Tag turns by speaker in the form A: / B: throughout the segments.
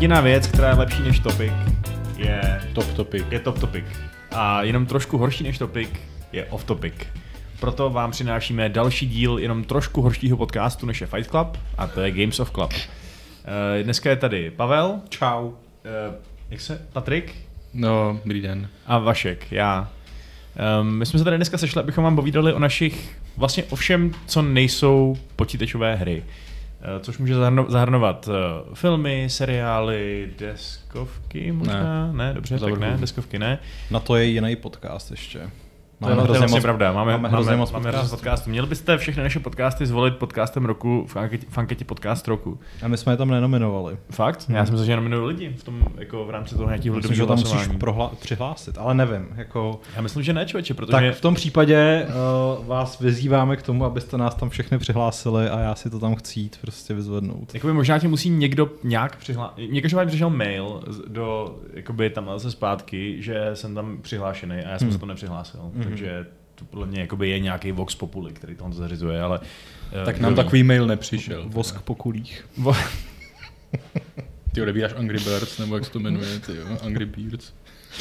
A: Jediná věc, která je lepší než Topic, je Top Topic. A jenom trošku horší než Topic je Off Topic. Proto vám přinášíme další díl jenom trošku horšího podcastu než je Fight Club, a to je Games of Club. Dneska je tady Pavel.
B: Čau.
A: Jak se? Patrik?
C: No, dobrý den.
A: A Vašek, já. My jsme se tady dneska sešli, abychom vám povídali o našich, vlastně o všem, co nejsou počítačové hry. Což může zahrnovat filmy, seriály, deskovky možná? Ne, dobře, tak ne, deskovky ne.
B: Na to je jiný podcast ještě.
A: To je vlastně pravda, máme hrozně moc podcastů. Měli byste všechny naše podcasty zvolit podcastem roku v anketě podcast roku.
B: A my jsme je tam nenominovali.
A: Fakt? Já jsem že nominuju lidi v tom, jako v rámci toho nějakého lidového hlasování.
B: Myslím, že tam musíš přihlásit, ale nevím. Jako...
A: Já myslím, že ne, člověče, protože...
B: Tak v tom případě vás vyzýváme k tomu, abyste nás tam všechny přihlásili a já si to tam chci jít prostě vyzvednout.
A: Jakoby možná tě musí někdo nějak přihlásit. Někdo vám přišel mail do, jakoby tam zase zpátky, že jsem tam přihlášený a já jsem se tam nepřihlásil. Takže to podle mě jakoby je nějaký Vox Populi, který tohle zařizuje, ale...
C: Tak nám takový mail nepřišel.
B: Vosk Pokulích.
C: Ty odebíráš Angry Birds, nebo jak se to jmenuje, ty jo? Angry Birds.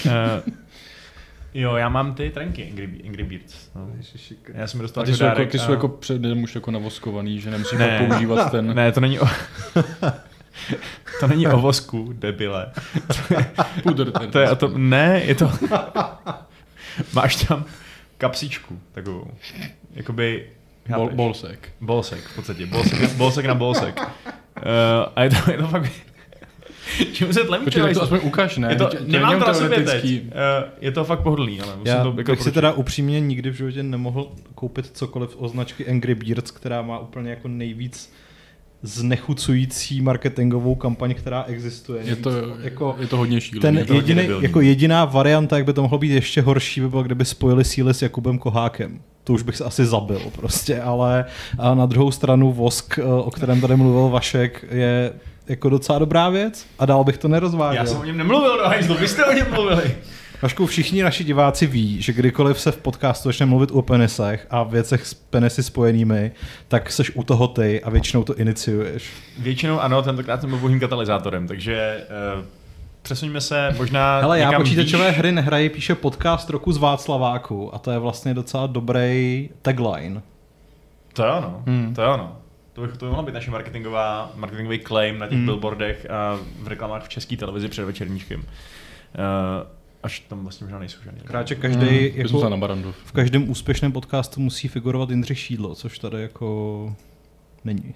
A: Jo, já mám ty trenky Angry Birds. No. Já jsem dostal
C: ty
A: dárek.
C: Ty jsou jako předem už jako navoskovaný, že nemusíš používat ten...
A: Ne, to není to není o vosku, debile.
C: Pudr.
A: To je o tom... Ne, je to... Máš tam kapsičku takovou. Jakoby...
C: Bolsek.
A: Bolsek, v podstatě. Bolsek na bolsek. A je to fakt... Čím se tlemí?
C: Počkej, tak to aspoň ukaž, ne?
A: Nemám to na sobě teď. Je to fakt pohodlný, ale musím to
B: bych si teda upřímně nikdy v životě nemohl koupit cokoliv o značky Angry Birds, která má úplně jako nejvíc znechucující marketingovou kampaň, která existuje.
C: Je to hodně šílený.
B: Jediná varianta, jak by to mohlo být ještě horší, by bylo, kdyby spojili síly s Jakubem Kohákem. To už bych se asi zabil prostě, ale na druhou stranu Vosk, o kterém tady mluvil Vašek, je jako docela dobrá věc a dál bych to nerozváděl.
A: Já jsem o něm nemluvil, vy jste o něm mluvili.
B: Vašku, všichni naši diváci ví, že kdykoliv se v podcastu začne mluvit o penisech a věcech s penisy spojenými, tak seš u toho ty a většinou to iniciuješ.
A: Většinou ano, tentokrát jsem byl pouhým katalyzátorem, takže přesuňme se možná.
B: Hele, já počítačové hry nehraji, píše podcast roku z Václaváku a to je vlastně docela dobrý tagline.
A: To je ono, to je ono. To by mohla být naše marketingový claim na těch billboardech a v reklamách v české televizi před večerníčkem. Až tam vlastně možná nejsou žádný.
B: Kráček každý jako v každém úspěšném podcastu musí figurovat Jindřich Šídlo, což tady jako není.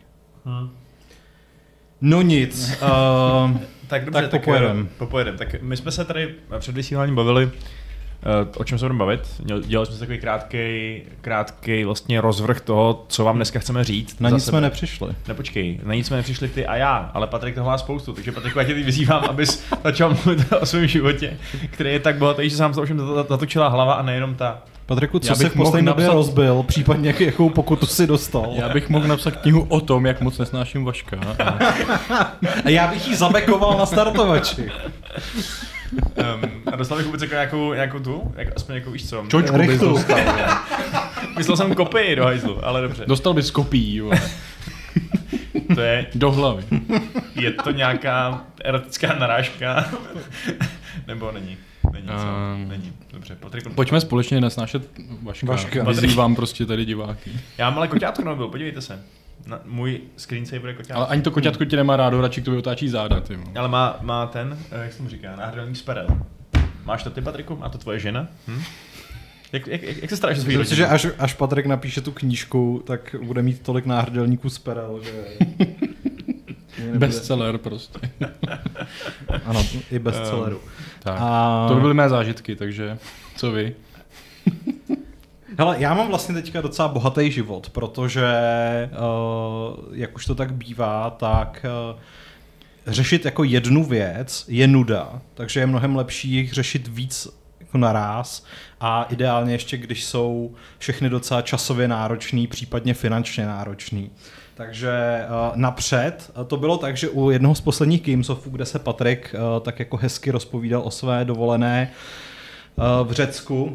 B: No nic.
A: Tak dobře, tak popojedem. Tak my jsme se tady před vysíláním bavili, o čem se budeme bavit. Dělali jsme takový krátký vlastně rozvrh toho, co vám dneska chceme říct.
B: Na nic jsme nepřišli.
A: Nepočkej, na nic jsme nepřišli ty a já, ale Patrik toho má spoustu, takže Patriku, já tě vyzývám, abys začal mluvit o svém životě, který je tak bohatý, že se nám to všem zatočila hlava a nejenom ta.
B: Patriku, co jsi v poslední době rozbil, případně jakou pokutu si dostal?
C: Já bych mohl napsat knihu o tom, jak moc nesnáším Vaška.
B: A já bych ji zabekoval na startovači.
A: A dostal bych vůbec jako nějakou tu? Aspoň jako víš co?
C: Čočku bys dostal.
A: Myslel jsem kopii do hajzlu, ale dobře.
C: Dostal bys kopii, jo.
A: To je...
C: Do hlavy.
A: Je to nějaká erotická narážka? Nebo není? Není. Dobře, Patrik.
C: Pojďme společně nesnášet Vaška. Vyzývám prostě tady diváky.
A: Já mám ale koťátko nebyl, podívejte se. Můj screensaver je koťátko.
C: Ale ani to koťátko tě nemá rádo, radši k tobě otáčí záda. Ty.
A: Ale má ten, jak se mu říká, náhrdelník z perel. Máš to ty, Patriku? Má to tvoje žena? Jak se staráš o svůj rodině?
B: Že až Patrik napíše tu knížku, tak bude mít tolik náhrdelníků z perel, že...
C: Bestseller prostě.
B: Ano, i bestselleru.
C: Tak. To by byly mé zážitky, takže co vy?
B: Hele, já mám vlastně teďka docela bohatý život, protože jak už to tak bývá, tak řešit jako jednu věc je nuda, takže je mnohem lepší jich řešit víc jako naráz a ideálně ještě, když jsou všechny docela časově náročný, případně finančně náročný. Takže napřed to bylo tak, že u jednoho z posledních Gamesofů, kde se Patrik tak jako hezky rozpovídal o své dovolené v Řecku,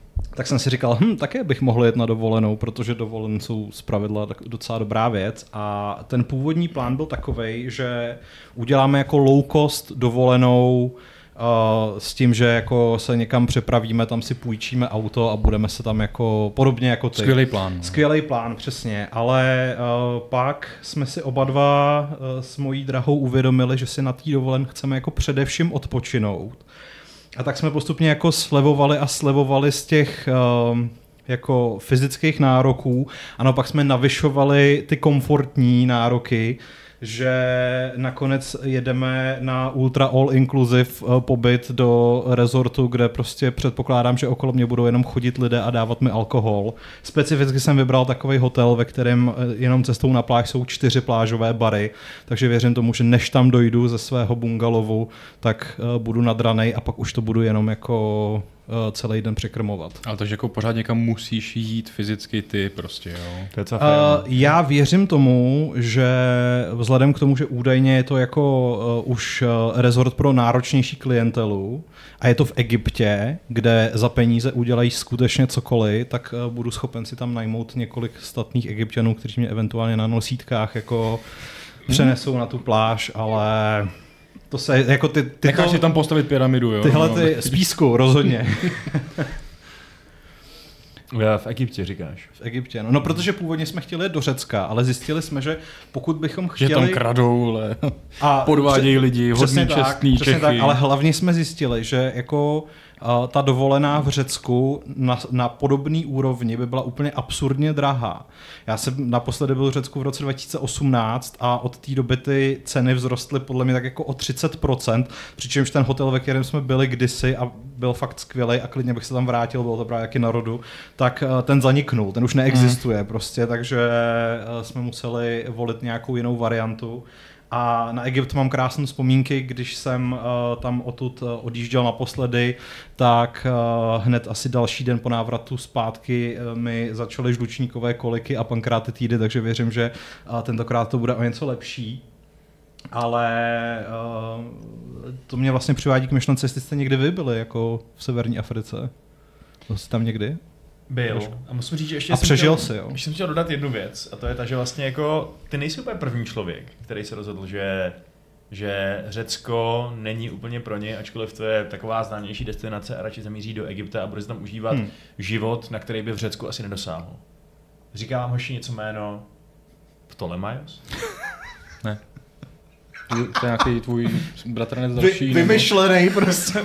B: tak jsem si říkal, také bych mohl jet na dovolenou, protože dovolené jsou zpravidla docela dobrá věc. A ten původní plán byl takovej, že uděláme jako low cost dovolenou s tím, že jako se někam přepravíme, tam si půjčíme auto a budeme se tam jako podobně jako ty.
C: Skvělý plán.
B: Skvělý plán, přesně. Ale pak jsme si oba dva s mojí drahou uvědomili, že si na té dovolen chceme jako především odpočinout. A tak jsme postupně jako slevovali z těch jako fyzických nároků a naopak jsme navyšovali ty komfortní nároky, že nakonec jedeme na ultra all inclusive pobyt do rezortu, kde prostě předpokládám, že okolo mě budou jenom chodit lidé a dávat mi alkohol. Specificky jsem vybral takový hotel, ve kterém jenom cestou na pláž jsou 4 plážové bary, takže věřím tomu, že než tam dojdu ze svého bungalovu, tak budu nadranej a pak už to budu jenom jako celý den překrmovat.
C: Ale takže jako pořád někam musíš jít fyzicky ty prostě, jo?
A: To je
B: já věřím tomu, že vzhledem k tomu, že údajně je to jako už rezort pro náročnější klientelu a je to v Egyptě, kde za peníze udělají skutečně cokoliv, tak budu schopen si tam najmout několik statných Egypťanů, kteří mě eventuálně na nosítkách jako přenesou na tu pláž, ale to se jako
C: necháš si tam postavit pyramidu, jo?
B: Tyhle z písku, rozhodně.
A: V Egyptě říkáš?
B: V Egyptě, no protože původně jsme chtěli jít do Řecka, ale zjistili jsme, že pokud bychom chtěli...
C: Že tam kradou, ale podvádějí lidi, hodně čestný Čechy.
B: Tak, ale hlavně jsme zjistili, že jako ta dovolená v Řecku na podobný úrovni by byla úplně absurdně drahá. Já jsem naposledy byl v Řecku v roce 2018 a od té doby ty ceny vzrostly podle mě tak jako o 30%, přičemž ten hotel, ve kterém jsme byli kdysi a byl fakt skvělej a klidně bych se tam vrátil, bylo to právě jaký na rodu, tak ten zaniknul, ten už neexistuje prostě, takže jsme museli volit nějakou jinou variantu. A na Egypt mám krásné vzpomínky, když jsem tam odtud odjížděl naposledy, tak hned asi další den po návratu zpátky mi začaly žlučníkové koliky a pankreatitidy, takže věřím, že tentokrát to bude o něco lepší. Ale to mě vlastně přivádí k myšlence, jestli jste někdy vy byli jako v severní Africe. Byl jsi tam někdy?
A: Byl. A musím říct, že ještě
B: přežil si, jo.
A: Jsem chtěl dodat jednu věc, a to je ta, že vlastně jako ty nejsi úplně první člověk, který se rozhodl, že Řecko není úplně pro ně, ačkoliv to je taková známější destinace a radši zamíří do Egypta a bude se tam užívat život, na který by v Řecku asi nedosáhl. Říká vám hoši něco jméno Ptolemaios?
C: Ne. To je nějaký tvůj bratranec další.
B: Vymyšlený prostě.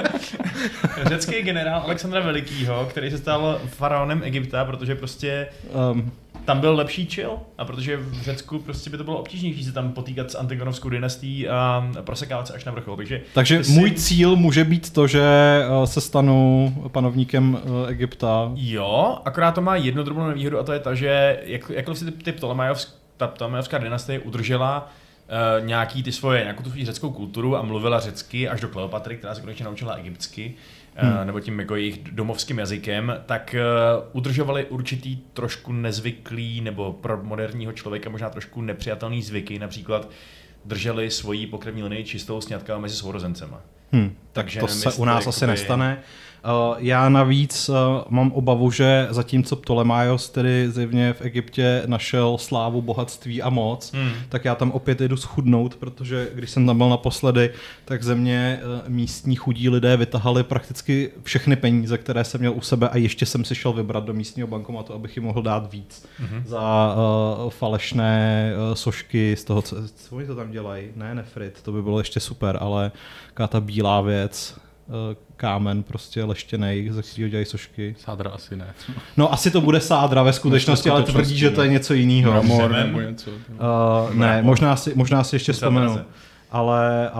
A: Řecký generál Alexandra Velikýho, který se stal faraonem Egypta, protože prostě tam byl lepší chill a protože v Řecku prostě by to bylo obtížnější se tam potýkat s Antigonovskou dynastií a prosekávat se až na vrchol. Takže
B: můj cíl může být to, že se stanu panovníkem Egypta.
A: Jo, akorát to má jednu drobnou nevýhodu a to je ta, že jakkoliv si ta Ptolemaiovská dynastie udržela nějakou tu svou řeckou kulturu a mluvila řecky až do Kleopatry, která se konečně naučila egyptsky, nebo tím jako jejich domovským jazykem, tak udržovali určitý trošku nezvyklý nebo pro moderního člověka možná trošku nepřijatelný zvyky, například drželi svoji pokrevní linii čistou sňatka mezi sourozencema.
B: Takže to se u nás asi nestane. Já navíc mám obavu, že zatímco Ptolemaios tedy zjevně v Egyptě našel slávu, bohatství a moc, tak já tam opět jedu schudnout, protože když jsem tam byl naposledy, tak ze mě místní chudí lidé vytahali prakticky všechny peníze, které jsem měl u sebe a ještě jsem si šel vybrat do místního bankomatu, abych jim mohl dát víc za falešné sošky z toho, co oni to tam dělají. Ne, nefrit, to by bylo ještě super, ale taková ta bílá věc, kámen prostě leštěnej, ze kterého dělají sošky.
C: Sádra asi ne.
B: No asi to bude sádra ve skutečnosti, ale tvrdí, že to je něco jiného.
C: Mramor nebo něco.
B: Ne, možná si ještě vzpomenu. Ale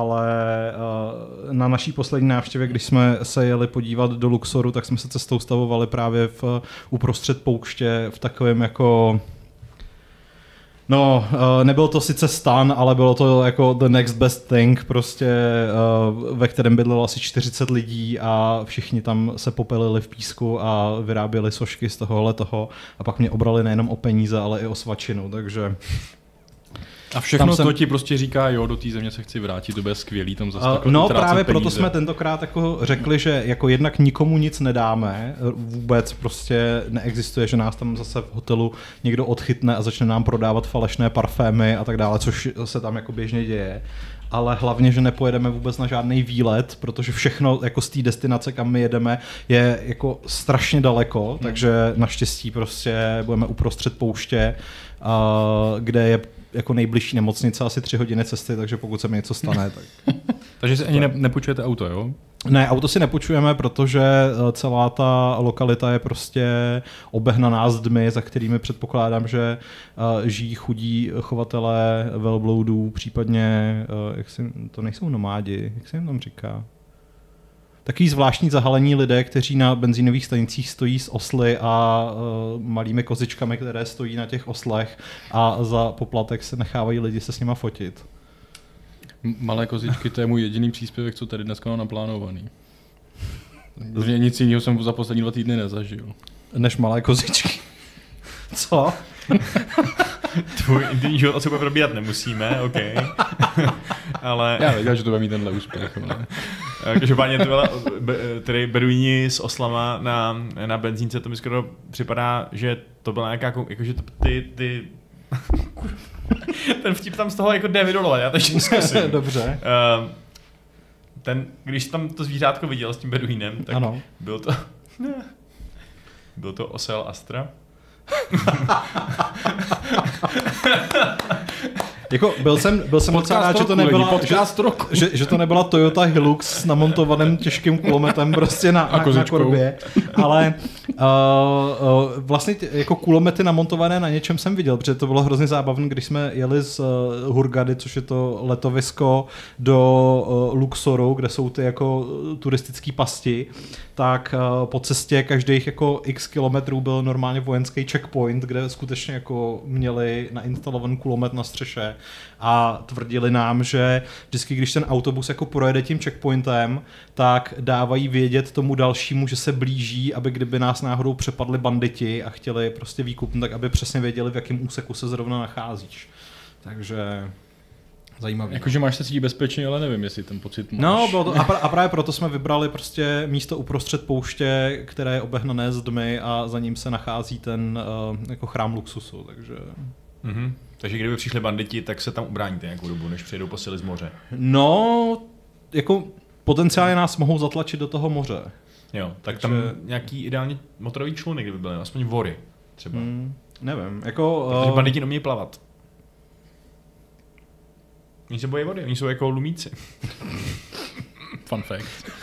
B: na naší poslední návštěvě, když jsme se jeli podívat do Luxoru, tak jsme se cestou stavovali právě uprostřed pouště v takovém jako... No, nebyl to sice stan, ale bylo to jako the next best thing, prostě ve kterém bydlelo asi 40 lidí a všichni tam se popelili v písku a vyráběli sošky z tohohle toho a pak mě obrali nejenom o peníze, ale i o svačinu, takže
C: A všechno to ti prostě říká, jo, do té země se chci vrátit, to bude skvělý, tam zase takhle
B: no
C: utrácet
B: právě
C: peníze.
B: proto jsme tentokrát jako řekli, že jako jednak nikomu nic nedáme, vůbec prostě neexistuje, že nás tam zase v hotelu někdo odchytne a začne nám prodávat falešné parfémy a tak dále, což se tam jako běžně děje. Ale hlavně, že nepojedeme vůbec na žádný výlet, protože všechno jako z té destinace, kam my jedeme, je jako strašně daleko, takže naštěstí prostě budeme uprostřed pouště, kde je jako nejbližší nemocnice asi 3 hodiny cesty, takže pokud se mi něco stane, tak...
C: Takže si ani nepůjčujete auto, jo?
B: Ne, auto si nepůjčujeme, protože celá ta lokalita je prostě obehnaná zdmi, za kterými předpokládám, že žijí chudí chovatelé velbloudů, případně, to nejsou nomádi, jak se jim tam říká? Takový zvláštní zahalení lidé, kteří na benzínových stanicích stojí s osly a malými kozičkami, které stojí na těch oslech a za poplatek se nechávají lidi se s nima fotit.
C: Malé kozičky, to je můj jediný příspěvek, co tady dneska mám naplánovaný. Protože nic jiného jsem za poslední 2 týdny nezažil.
B: Než malé kozičky. Co?
A: Tvůj intimní život asi bude probíhat nemusíme, OK. Ale...
C: Já věděl, že to bude mít tenhle úspěch.
A: Každopádně tedy beduíni s oslama na benzínce, to mi skoro připadá, že to byla nějaká, jakože ty ten vtip tam z toho jako jde vydolovat, já to ještě zkusím.
B: Dobře.
A: Když tam to zvířátko viděl s tím beduínem, tak
B: ano.
A: Byl to osel Astra.
B: Jako byl jsem docela rád, že to nebyla, že to nebyla Toyota Hilux s namontovaným těžkým kulometem prostě na korbě, ale vlastně jako kulomety namontované na něčem jsem viděl, protože to bylo hrozně zábavné, když jsme jeli z Hurgady, což je to letovisko, do Luxoru, kde jsou ty jako turistické pasti, tak po cestě každých jako x kilometrů byl normálně vojenský checkpoint, kde skutečně jako měli nainstalovaný kulomet na střeše a tvrdili nám, že vždycky, když ten autobus jako projede tím checkpointem, tak dávají vědět tomu dalšímu, že se blíží, aby kdyby nás náhodou přepadli banditi a chtěli prostě výkup, tak aby přesně věděli, v jakém úseku se zrovna nacházíš. Takže zajímavý.
C: Jakože máš se cítit bezpečně, ale nevím, jestli ten pocit máš.
B: No, bylo to, a právě proto jsme vybrali prostě místo uprostřed pouště, které je obehnané zdmi a za ním se nachází ten jako chrám luxusu, takže...
A: Mm-hmm. Takže kdyby přišli banditi, tak se tam ubráníte nějakou dobu, než přijedou posily z moře.
B: No, jako potenciálně nás mohou zatlačit do toho moře.
A: Jo, tak tam nějaký ideálně motorový čluny, kdyby byly, aspoň vory třeba.
B: Nevím, jako...
A: Protože banditi neumějí plavat. Oni se bojí vody, oni jsou jako lumíci.
C: Fun fact.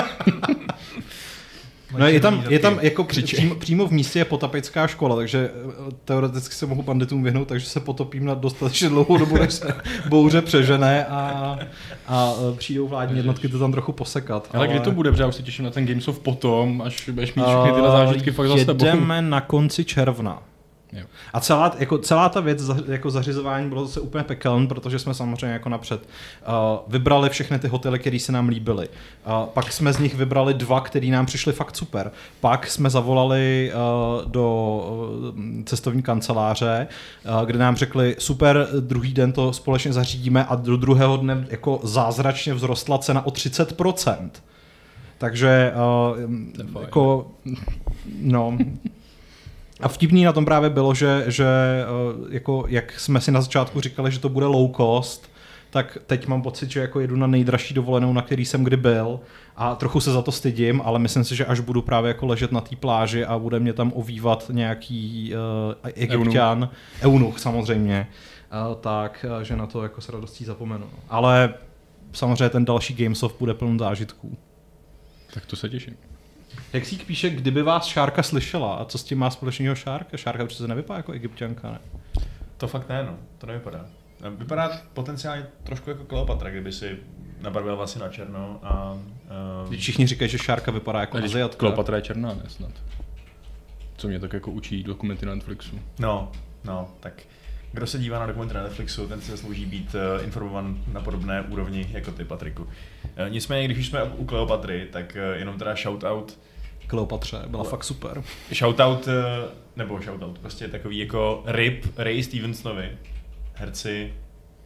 B: No je tam jako přímo v místě je potapecká škola, takže teoreticky se mohu banditům vyhnout, takže se potopím na dostatečně dlouhou dobu, než se bouře přežene a přijdou vládní jednotky to tam trochu posekat.
C: Ale kdy to bude, protože já už se těším na ten Games of potom, až budeš mít všechny tyhle zážitky fakt za sebou.
B: Jedeme na konci června.
C: Jo.
B: A celá ta věc jako zařizování bylo zase úplně pekelné, protože jsme samozřejmě jako napřed vybrali všechny ty hotely, které se nám líbily. Pak jsme z nich vybrali 2, které nám přišly fakt super. Pak jsme zavolali do cestovní kanceláře, kde nám řekli super, druhý den to společně zařídíme a do druhého dne jako zázračně vzrostla cena o 30%. Takže jako no... A vtipný na tom právě bylo, že jako jak jsme si na začátku říkali, že to bude low cost, tak teď mám pocit, že jako jedu na nejdražší dovolenou, na který jsem kdy byl a trochu se za to stydím, ale myslím si, že až budu právě jako ležet na té pláži a bude mě tam ovývat nějaký Egypťan, eunuch samozřejmě, tak že na to jako s radostí zapomenu. Ale samozřejmě ten další Gamesoft bude plný zážitků.
C: Tak to se těším.
B: Hexík píše, kdyby vás Šárka slyšela. A co s tím má společného Šárka? Šárka přece nevypadá jako Egypťanka, ne?
A: To fakt ne, no. To nevypadá. Vypadá potenciálně trošku jako Kleopatra, kdyby si nabarvil vlasy na černo a...
B: Všichni říkají, že Šárka vypadá jako Aziatka.
C: Kleopatra je černá, ne snad. Co mě tak jako učí dokumenty na Netflixu.
A: No, tak kdo se dívá na dokumenty na Netflixu, ten se slouží být informovan na podobné úrovni jako ty, Patriku. Nicméně, když už jsme u Kleopatry, tak jenom teda shoutout.
B: Kleopatře, byla fakt super.
A: Shoutout, prostě takový jako Ray Stevensonovi, herci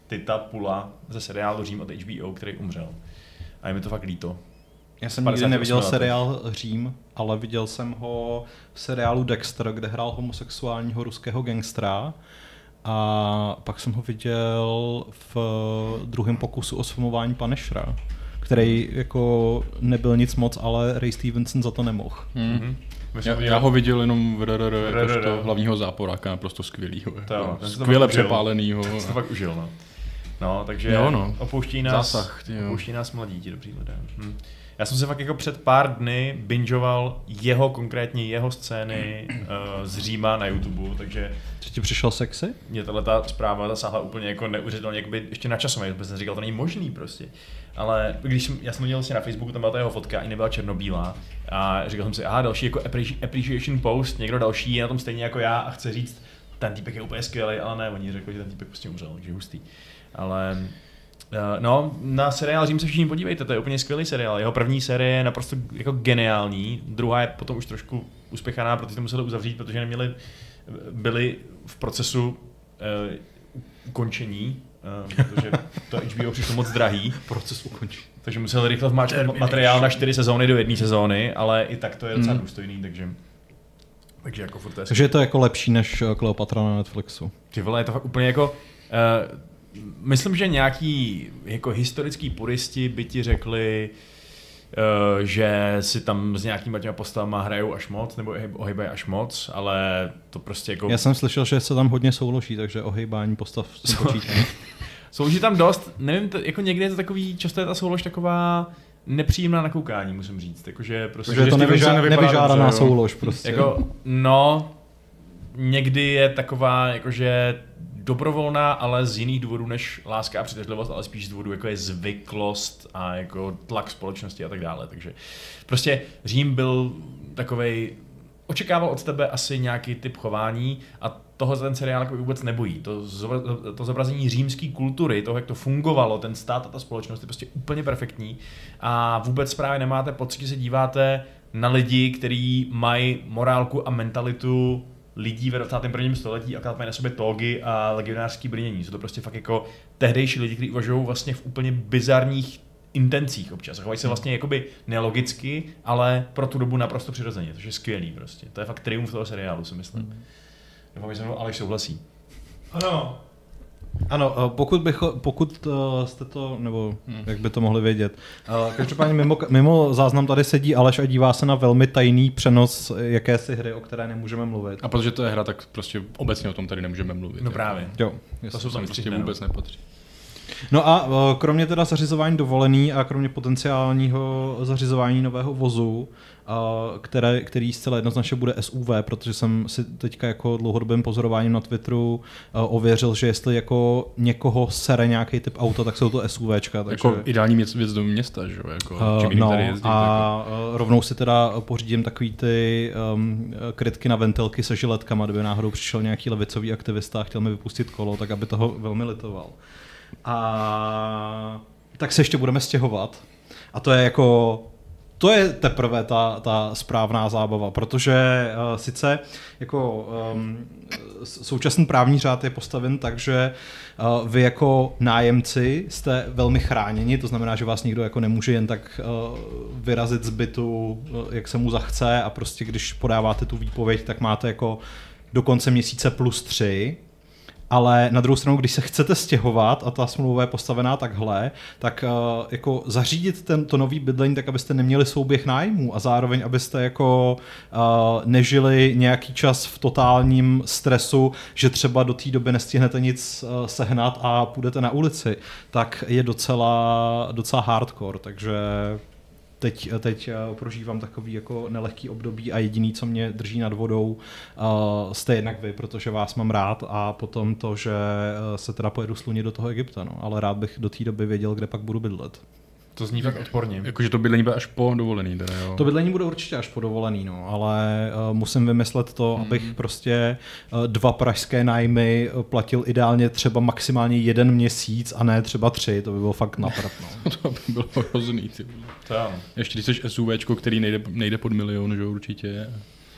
A: Tita Pula ze seriálu Řím od HBO, který umřel. A je mi to fakt líto.
B: Já jsem nikdy neviděl seriál Řím, ale viděl jsem ho v seriálu Dexter, kde hrál homosexuálního ruského gangstra. A pak jsem ho viděl v druhém pokusu o sfilmování Punishera, který jako nebyl nic moc, ale Ray Stevenson za to nemohl.
C: Já ho viděl jenom v RRR, hlavního záporáka, naprosto skvělýho. Skvěle přepálenýho.
A: Jsem to fakt užil, no. No, takže opouští nás mladí, ti dobří lidé. Já jsem se fakt jako před pár dny bingeoval jeho scény z Říma na YouTube, takže...
B: Co ti přišel sexy?
A: Mě tato zpráva zasáhla úplně jako neuvěřitelně, jakoby ještě načasovaně, protože jsem říkal, to není možný prostě. Ale já jsem to dělal vlastně na Facebooku, tam byla ta jeho fotka, i nebyla černobílá a říkal jsem si, další jako appreciation post, někdo další je na tom stejně jako já a chce říct, ten týpek je úplně skvělý, ale ne, oni řekli, že ten týpek prostě umřel, takže hustý. Ale na seriál Řím se všichni podívejte, to je úplně skvělý seriál. Jeho první série je naprosto jako geniální, druhá je potom už trošku uspěchaná, protože to museli uzavřít, protože byli v procesu ukončení, protože to HBO přišlo moc drahý.
B: Proces ukončení.
A: Takže museli rychle vmáčkat materiál na 4 sezóny do 1 sezóny, ale i tak to je docela důstojný, takže jako furt to je.
B: Takže je to jako lepší než Kleopatra na Netflixu.
A: Ty vole, je to fakt úplně jako... myslím, že nějaký jako historický puristi by ti řekli, že si tam s nějakýma těma postavama hrajou až moc, nebo ohýbají až moc, ale to prostě jako...
B: Já jsem slyšel, že se tam hodně souloží, takže ohýbání postav si počítám.
A: Souloží tam dost, nevím, jako někdy je to takový, často je ta soulož taková nepříjemná na koukání, musím říct. Jakože prostě,
B: že to nevyžádaná soulož prostě.
A: Jako, někdy je taková, jakože dobrovolná, ale z jiných důvodů než láska a přitažlivost, ale spíš z důvodů, jako je zvyklost a jako tlak společnosti a tak dále. Takže prostě Řím byl takovej, očekával od tebe asi nějaký typ chování a toho ten seriál jako vůbec nebojí. To zobrazení římské kultury, toho, jak to fungovalo, ten stát a ta společnost je prostě úplně perfektní a vůbec právě nemáte pocit, že se díváte na lidi, kteří mají morálku a mentalitu lidí ve 21. století a mají na sobě tógy a legionářský brnění. Jsou to prostě fakt jako tehdejší lidi, kteří uvažují vlastně v úplně bizarních intencích občas. Chovají se vlastně jakoby nelogicky, ale pro tu dobu naprosto přirozeně, což je skvělý prostě. To je fakt triumf toho seriálu, si myslím. Doufám, že se mnou Aleš souhlasí.
B: Ano, pokud jste to, nebo jak by to mohli vědět. Každopádně mimo záznam tady sedí Aleš a dívá se na velmi tajný přenos jakési hry, o které nemůžeme mluvit.
C: A protože to je hra, tak prostě obecně o tom tady nemůžeme mluvit.
A: No právě.
B: Jo,
C: to jsou tam prostě vůbec nepatří.
B: No a kromě teda zařizování dovolený a kromě potenciálního zařizování nového vozu, který zcela jednoznačně bude SUV, protože jsem si teďka jako dlouhodobým pozorováním na Twitteru ověřil, že jestli jako někoho sere nějaký typ auta, tak jsou to SUVčka. Takže...
C: Jako ideální věc do města, že jo? Jako, tady jezdit,
B: a rovnou si teda pořídím takový ty krytky na ventilky se žiletkama, kdyby náhodou přišel nějaký levicový aktivista a chtěl mi vypustit kolo, tak aby toho velmi litoval. A tak se ještě budeme stěhovat. A to je teprve ta správná zábava, protože sice jako současný právní řád je postaven tak, že vy jako nájemci jste velmi chráněni, to znamená, že vás nikdo jako nemůže jen tak vyrazit z bytu, jak se mu zachce a prostě když podáváte tu výpověď, tak máte jako do konce měsíce +3. Ale na druhou stranu, když se chcete stěhovat a ta smlouva je postavená takhle, tak jako zařídit to nový bydlení tak, abyste neměli souběh nájmů a zároveň, abyste jako nežili nějaký čas v totálním stresu, že třeba do té doby nestihnete nic sehnat a půjdete na ulici, tak je docela hardcore, takže teď prožívám takový jako nelehký období a jediný, co mě drží nad vodou, jste jednak vy, protože vás mám rád a potom to, že se teda pojedu slunit do toho Egypta, no, ale rád bych do té doby věděl, kde pak budu bydlet.
A: To zní tak odporně.
C: Jakože to bydlení bude až po dovolený, teda jo?
B: To bydlení bude určitě až po dovolený, no, ale musím vymyslet to, abych prostě 2 pražské nájmy platil ideálně třeba maximálně 1 měsíc a ne třeba 3, to by bylo fakt naprd, no.
C: To by bylo hrozný, ty.
A: To jo.
C: Ještě když jsi SUVčko, který nejde pod 1 milion, že určitě.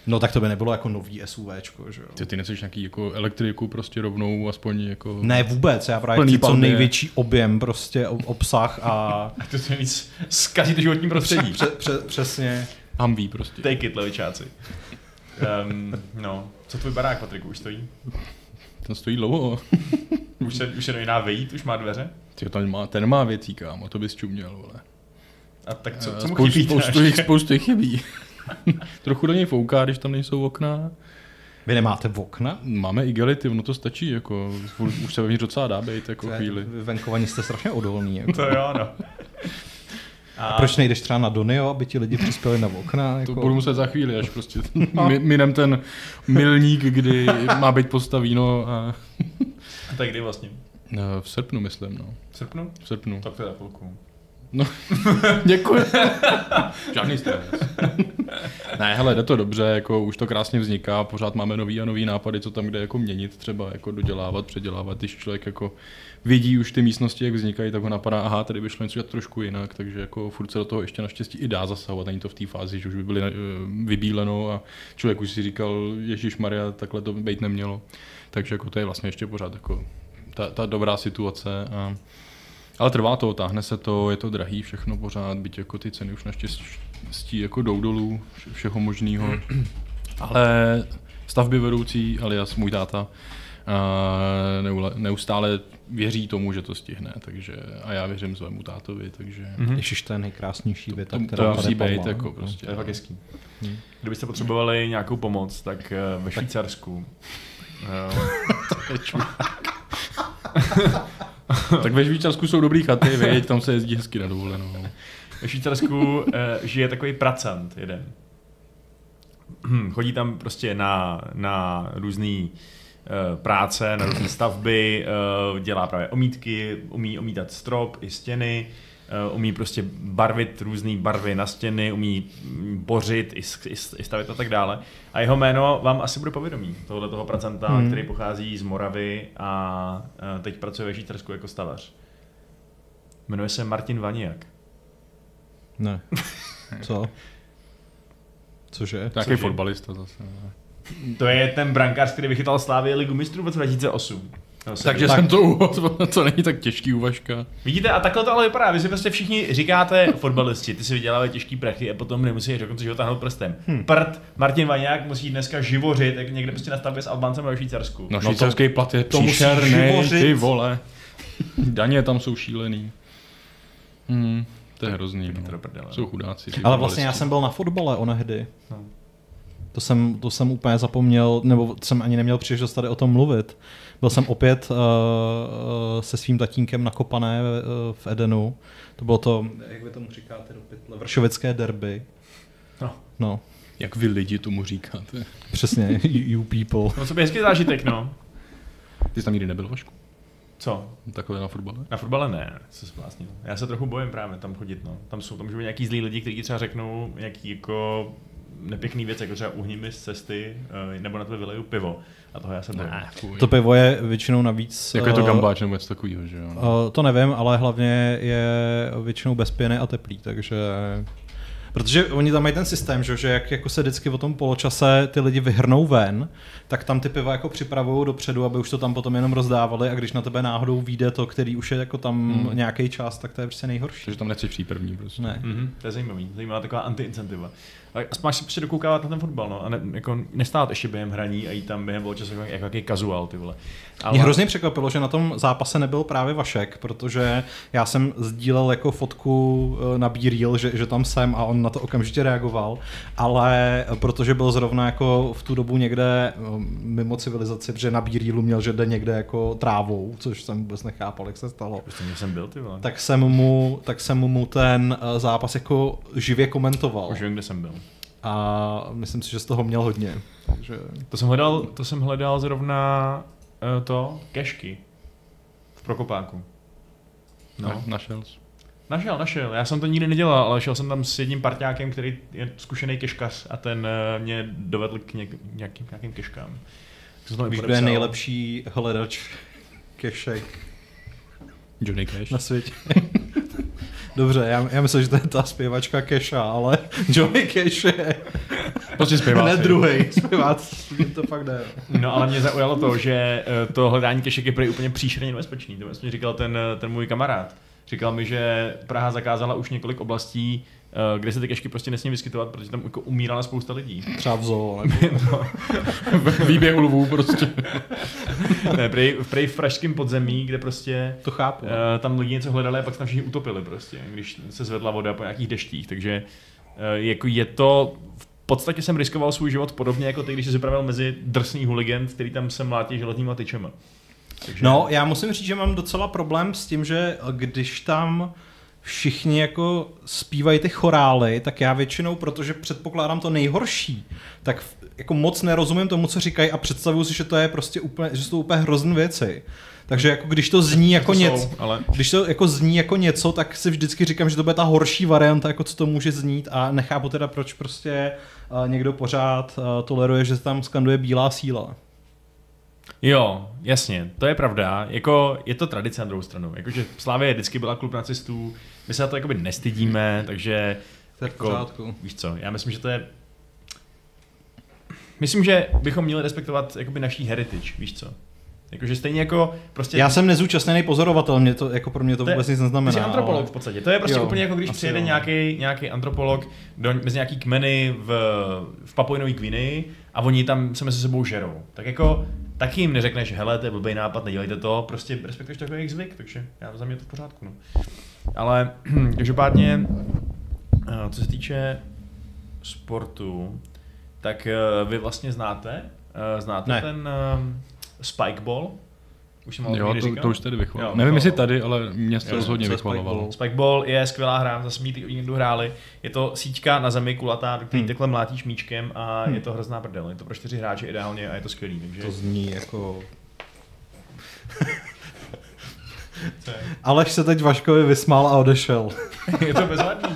B: No tak to by nebylo jako nový SUVčko, že jo?
C: Ty nechceš nějaký jako elektriku prostě rovnou, aspoň jako...
B: Ne vůbec, já právě chci co největší objem prostě obsah a...
A: A to se víc zkazí to životní prostředí.
B: Přesně.
C: Humvee prostě.
A: Take it, levičáci. No, co tvůj barák, Patriku, už stojí?
C: Ten stojí dlouho.
A: Už se nejiná vejít, už má dveře?
C: Ten má věcí, kámo, to bys čuměl, vole.
A: A tak co mu chybí?
C: Spoustu jich chybí. Trochu do něj fouká, když tam nejsou okna.
B: Vy nemáte okna?
C: Máme igelity, no to stačí, jako, už se vevnitř docela dá být, jako chvíli.
B: Venkovaní jste strašně odolní. Jako.
A: To jo, no.
B: A proč nejdeš třeba na Donio, aby ti lidi přispěli na okna? Jako...
C: To budu muset za chvíli, až prostě minem ten milník, kdy má být postavíno a...
A: Tak kdy vlastně?
C: V srpnu, myslím, no.
A: V srpnu?
C: V srpnu.
A: Tak to je za chvilku.
C: No, děkuji. Žádný stres. Ne, hele, jde to dobře, jako už to krásně vzniká, pořád máme nový a nový nápady, co tam kde jako měnit, třeba jako dodělávat, předělávat, když člověk jako vidí už ty místnosti, jak vznikají, tak ho napadá, aha, tady by šlo něco dělat trošku jinak, takže jako furt se do toho ještě naštěstí i dá zasahovat, není to v té fázi, že už by byly vybíleno a člověk už si říkal, ježišmarja, takhle to být nemělo. Takže jako to je vlastně ještě pořád jako ta dobrá situace. Ale trvá to, táhne se to, je to drahý všechno pořád, byť jako ty ceny už naštěstí jako jdou dolů, všeho možného. Ale stavby vedoucí, alias můj táta, neustále věří tomu, že to stihne, takže a já věřím svému tátovi, takže...
B: Ježiš, to je nejkrásnější věta,
C: která musí být, jako prostě.
A: To je fakt hezký. Kdybyste potřebovali nějakou pomoc, tak ve Švýcarsku...
C: Tak ve Švýcarsku jsou dobrý chaty, věď, tam se jezdí hezky na dovolenou.
A: Ve Švýcarsku žije takový pracant jeden. Chodí tam prostě na různý práce, na různé stavby, dělá právě omítky, umí omítat strop i stěny, umí prostě barvit různé barvy na stěny, umí bořit i stavit a tak dále. A jeho jméno vám asi bude povědomí, tohoto pracanta, který pochází z Moravy a teď pracuje ve Švýcarsku jako stavař. Jmenuje se Martin Vaniak.
B: Ne. Co? Cože?
C: Nějaký fotbalista zase.
A: To je ten brankář, který vychytal Slávii ligu mistrů v roce 2008.
C: Takže jsem to úvod, co není tak těžký úvažka.
A: Vidíte, a takhle to ale vypadá. Vy si prostě všichni říkáte fotbalisti, ty si vydělávají těžký prachy a potom nemusíš do konce života hnout prstem. Prd, Martin Vaňák musí dneska živořit, jak někde prostě na stavbě s Albáncem ve Švýcarsku.
C: No švýcarský plat je příšerný, ty vole. Daně tam jsou šílený. To je hrozný, no. Jsou chudáci.
B: Ale vlastně já jsem byl na fotbale onehdy. No. To jsem úplně zapomněl, nebo jsem ani neměl příležitost tady o tom mluvit. Byl jsem opět se svým tatínkem na Kopané v Edenu. To bylo to, jak vy tomu říkáte do pytle, vršovické derby. No.
C: Jak vy lidi tomu říkáte.
B: Přesně, you people.
A: No co by hezký zážitek, no.
C: Ty jsi tam nikdy nebyl, Vašku?
A: Co?
C: Takhle na fotbale?
A: Na fotbale ne, já se trochu bojím právě tam chodit, no. Tam můžou být nějaký zlí lidi, kteří třeba řeknou nějaký jako nepěkný věc, jako třeba uhni mi z cesty, nebo na tebe vyleju pivo. A toho já se bojím.
B: To pivo je většinou navíc...
C: Jako je to gambáč nebo něco takového, že jo?
B: To nevím, ale hlavně je většinou bez pěny a teplý, takže... Protože oni tam mají ten systém, že jak jako se vždycky o tom poločase ty lidi vyhrnou ven, tak tam ty piva jako připravují dopředu, aby už to tam potom jenom rozdávali a když na tebe náhodou vyjde to, který už je jako tam nějaký čas, tak to je prostě nejhorší.
C: Takže tam nechceš přijít první prostě.
B: Ne.
A: To je zajímavá taková anti-incentiva. A máš si prostě dokoukávat na ten fotbal, no, a jako nestát ještě během hraní a jít tam během poločasu jako jaký kazuál, ty vole. Ale...
B: Mě hrozně překvapilo, že na tom zápase nebyl právě Vašek, protože já jsem sdílel jako fotku na BeReal, že tam jsem a on na to okamžitě reagoval, ale protože byl zrovna jako v tu dobu někde mimo civilizaci, protože na BeRealu měl, že jde někde jako trávou, což jsem vůbec nechápal, jak se stalo.
A: Prostě jsem byl, ty vole.
B: Tak jsem mu ten zápas jako živě komentoval.
A: Už vím, kde jsem byl.
B: A myslím si, že z toho měl hodně. Takže...
A: To jsem hledal zrovna kešky v Prokopáku.
C: No,
A: Našel. Já jsem to nikdy nedělal, ale šel jsem tam s jedním parťákem, který je zkušený keškař a ten mě dovedl k nějakým keškám.
B: Víš, kdo je nejlepší hledač kešek?
C: Johnny Cash.
B: Na světě. Dobře, já myslím, že to je ta zpěvačka Kesha, ale Johnny Cash je
C: Prostě zpěváci.
B: Ne druhej, zpěváci, to fakt jde.
A: No ale mě zaujalo to, že to hledání kešek je prý úplně příšerně nebezpečný. To vlastně říkal ten můj kamarád. Říkal mi, že Praha zakázala už několik oblastí, kde se ty kešky prostě nesmí vyskytovat, protože tam jako umírala spousta lidí.
B: Třeba v zoo,
A: No.
C: Výběh lvů prostě.
A: Ne, prej v pražském podzemí, kde prostě
B: to chápu.
A: tam lidi něco hledali a pak se tam všichni utopili prostě, když se zvedla voda po nějakých deštích, takže jako je to, v podstatě jsem riskoval svůj život podobně jako ty, když jsi připravil mezi drsný huligant, který tam se mlátí železníma tyčema. Takže...
B: No, já musím říct, že mám docela problém s tím, že když tam všichni jako zpívají ty chorály, tak já většinou, protože předpokládám to nejhorší, tak jako moc nerozumím tomu, co říkají a představuju si, že to je prostě úplně, že jsou to úplně hrozný věci. Takže jako když to zní jako něco, když to jako zní jako něco, tak si vždycky říkám, že to bude ta horší varianta, jako co to může znít a nechápu teda, proč prostě někdo pořád toleruje, že se tam skanduje bílá síla.
A: Jo, jasně, to je pravda. Jako, je to tradice na druhou stranu. Jakože Slavie vždycky byla klub nacistů, my se na to jakoby nestydíme, takže
B: to je v pořádku.
A: Víš co, já myslím, že to je... Myslím, že bychom měli respektovat jakoby naší heritage, víš co. Jakože stejně jako prostě...
B: Já jsem nezúčastněný pozorovatel, mě to, jako pro mě to vůbec nic neznamená.
A: Ty jsi antropolog v podstatě. To je prostě úplně jako když přijede nějaký antropolog mezi nějaký kmeny v Papui Nový Gvineji a oni tam se mezi sebou žerou. Tak jako taky jim neřekneš, hele, to je blbej nápad, nedělejte to, prostě respektuješ takový jejich zvyk, takže za mě to v pořádku. No. Ale každopádně, co se týče sportu, tak vy vlastně znáte ten Spikeball? Už jsem
C: jo, to už tady vychvaloval. Nevím, jestli tady, ale mě to rozhodně vychvalovalo.
A: Spikeball je skvělá hra, zase mi někdo hráli. Je to síťka na zemi kulatá, do který takhle mlátíš míčkem a je to hrozná prdel. Je to pro 4 hráče ideálně a je to skvělý. Takže...
B: To zní jako... Aleš se teď Vaškovi vysmál a odešel.
A: Je to bezvadný.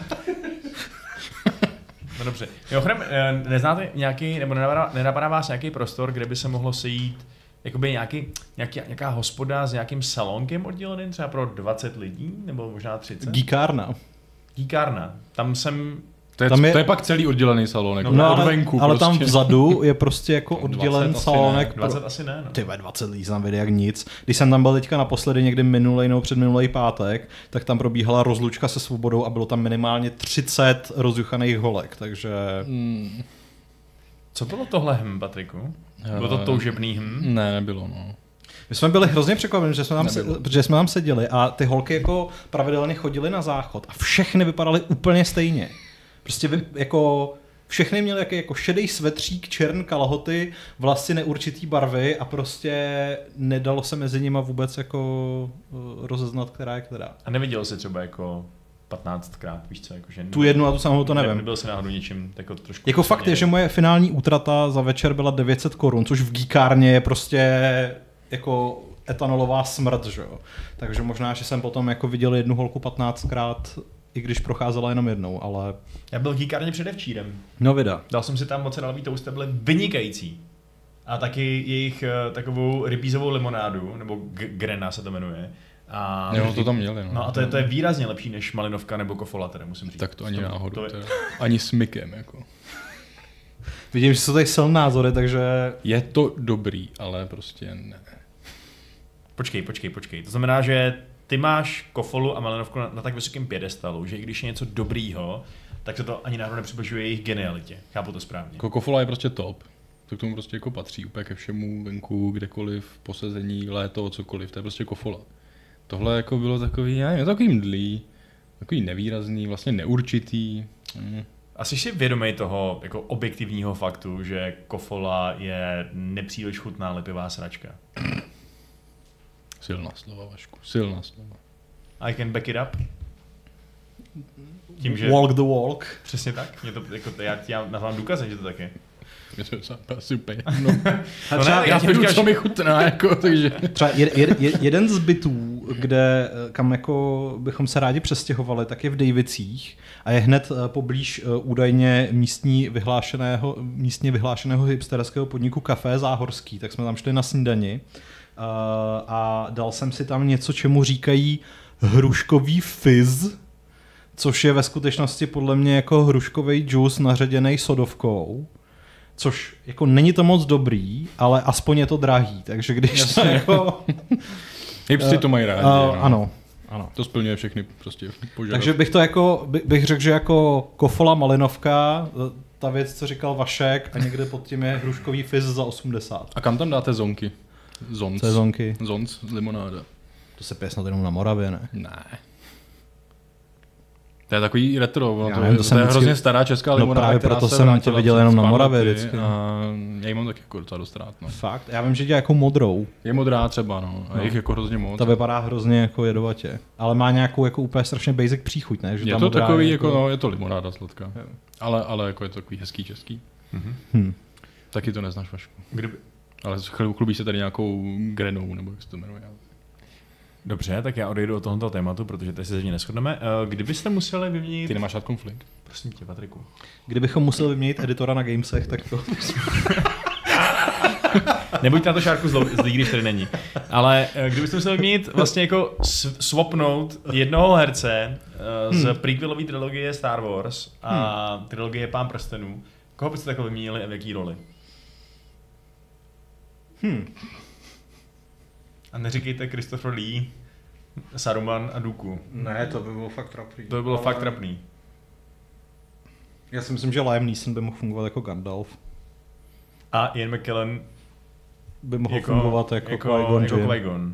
A: No dobře. Mimochodem, neznáte nějaký, nebo nenapadá vás nějaký prostor, kde by se mohlo sejít jakoby nějaká hospoda s nějakým salonkem odděleným třeba pro 20 lidí, nebo možná 30? Geekárna. Tam jsem...
C: To je pak celý oddělený salon, jako od venku.
B: Ale
C: prostě.
B: Tam vzadu je prostě jako oddělen salonek.
A: 20 asi ne. No.
B: Ty 20 lidí znám jak nic. Když jsem tam byl teďka naposledy někdy minulej nebo předminulej pátek, tak tam probíhala rozlučka se Svobodou a bylo tam minimálně 30 rozjuchaných holek, takže...
A: Co bylo tohle Patriku? Bylo to toužebný
C: Ne, nebylo, no.
B: My jsme byli hrozně překvapeni, protože jsme tam seděli a ty holky jako pravidelně chodily na záchod a všechny vypadaly úplně stejně. Prostě jako všechny měly jako šedý svetřík, čern kalhoty, vlasy neurčitý barvy a prostě nedalo se mezi nimi vůbec jako rozeznat, která je která.
A: A neviděl jsi třeba jako 15krát, víš co, jakože...
B: Tu jednu a tu samou to nevím.
A: Nebyl jsi náhodou něčím jako trošku...
B: Jako fakt je, že moje finální útrata za večer byla 900 korun, což v geekárně je prostě jako etanolová smrt, že jo. Takže možná, že jsem potom jako viděl jednu holku 15krát, i když procházela jenom jednou, ale...
A: Já byl v geekárně předevčírem.
B: No vida.
A: Dal jsem si tam mozzarellový toast, byly vynikající. A taky jejich takovou rybízovou limonádu, nebo grena se to jmenuje. A
C: jo, to tam měli.
A: No a to je výrazně lepší než malinovka nebo kofola, teda musím říct.
C: Tak to ani náhodou. Ani s mykem, jako.
B: Vidím, že jsou tady silné názory, takže...
C: Je to dobrý, ale prostě ne.
A: Počkej. To znamená, že ty máš kofolu a malinovku na tak vysokém piedestalu, že i když je něco dobrýho, tak se to ani náhodou nepřibližuje jejich genialitě. Chápu to správně.
C: Kofola je prostě top. To k tomu prostě jako patří úplně ke všemu venku, kdekoliv, posezení, léto, cokoliv. To je prostě kofola. Tohle jako bylo takový, já nevím, takový mdlý, takový nevýrazný, vlastně neurčitý.
A: Asi si vědomý toho jako objektivního faktu, že kofola je nepříliš chutná lepivá sračka.
C: Silná slova, Vašku, silná slova.
A: I can back it up. Tím, že...
B: Walk the walk.
A: Přesně tak. Mě to, jako, já nazvám důkazem, že to tak je.
C: Mě to asi úplně jedno.
B: Já
C: vědu, co mi chutná, jako, takže...
B: Třeba jeden z bytů, kam jako bychom se rádi přestěhovali, tak je v Dejvicích a je hned poblíž údajně místně vyhlášeného hipsterského podniku Café Záhorský, tak jsme tam šli na snídani a dal jsem si tam něco, čemu říkají hruškový fizz, což je ve skutečnosti podle mě jako hruškový džus naředěnej sodovkou. Což jako není to moc dobrý, ale aspoň je to drahý, takže když to jako...
C: Hipstři to mají rádi. No.
B: Ano.
C: To splňuje všechny prostě požadavky.
B: Takže bych to jako, bych řekl, že jako kofola malinovka, ta věc, co říkal Vašek, a někde pod tím je hruškový fizz za 80.
C: A kam tam dáte zonky? Zonc.
B: Sezonky.
C: Zonc, limonáda.
B: To se pije snad jenom na Moravě, ne?
C: Ne. To je takový retro,
B: Já
C: to,
B: nevím,
C: to je hrozně stará česká limonáda,
B: právě
C: která
B: proto
C: se
B: jsem
C: vrátila
B: tě viděl
C: před
B: jenom na
C: pár
B: Moravě
C: lety
B: vždycky.
C: A já ji mám taky jako docela dost rád, no.
B: Fakt? Já vím, že dělá jako modrou.
C: Je modrá třeba, no. A jich jako hrozně moc.
B: Ta vypadá hrozně jako jedovatě. Ale má nějakou jako úplně strašně basic příchuť, ne? Že
C: Je
B: ta
C: to
B: modrá
C: takový,
B: je
C: jako, no, je to limonáda sladká.
B: Jo.
C: Ale jako je to takový hezký český.
A: Mhm.
C: Taky to neznáš, Vašku.
A: Kdyby...
C: Ale chlubí se tady nějakou grenou, nebo jak se to jmenuje.
A: Dobře, tak já odejdu od tohoto tématu, protože tady se z ní neshodneme. Kdybyste museli vyměnit...
C: Ty nemáš rád konflikt?
A: Prosím tě, Patriku.
B: Kdybychom museli vyměnit editora na Gamesech, tak to...
A: Nebuďte na to Šárku zlý, když tady není. Ale kdybyste museli vyměnit vlastně jako swapnout jednoho herce z prequelové trilogie Star Wars a trilogie Pán prstenů, koho byste takhle vyměnili a v jaký roli? A neříkejte Christopher Lee, Saruman a Dooku.
B: Ne, to by bylo fakt trapný.
A: To by bylo fakt trapný.
B: Já si myslím, že Liam Neeson by mohl fungovat jako Gandalf.
A: A Ian McKellen
B: By mohl fungovat jako Qui-Gon
A: jako
B: Jinn.
A: Qui-Gon.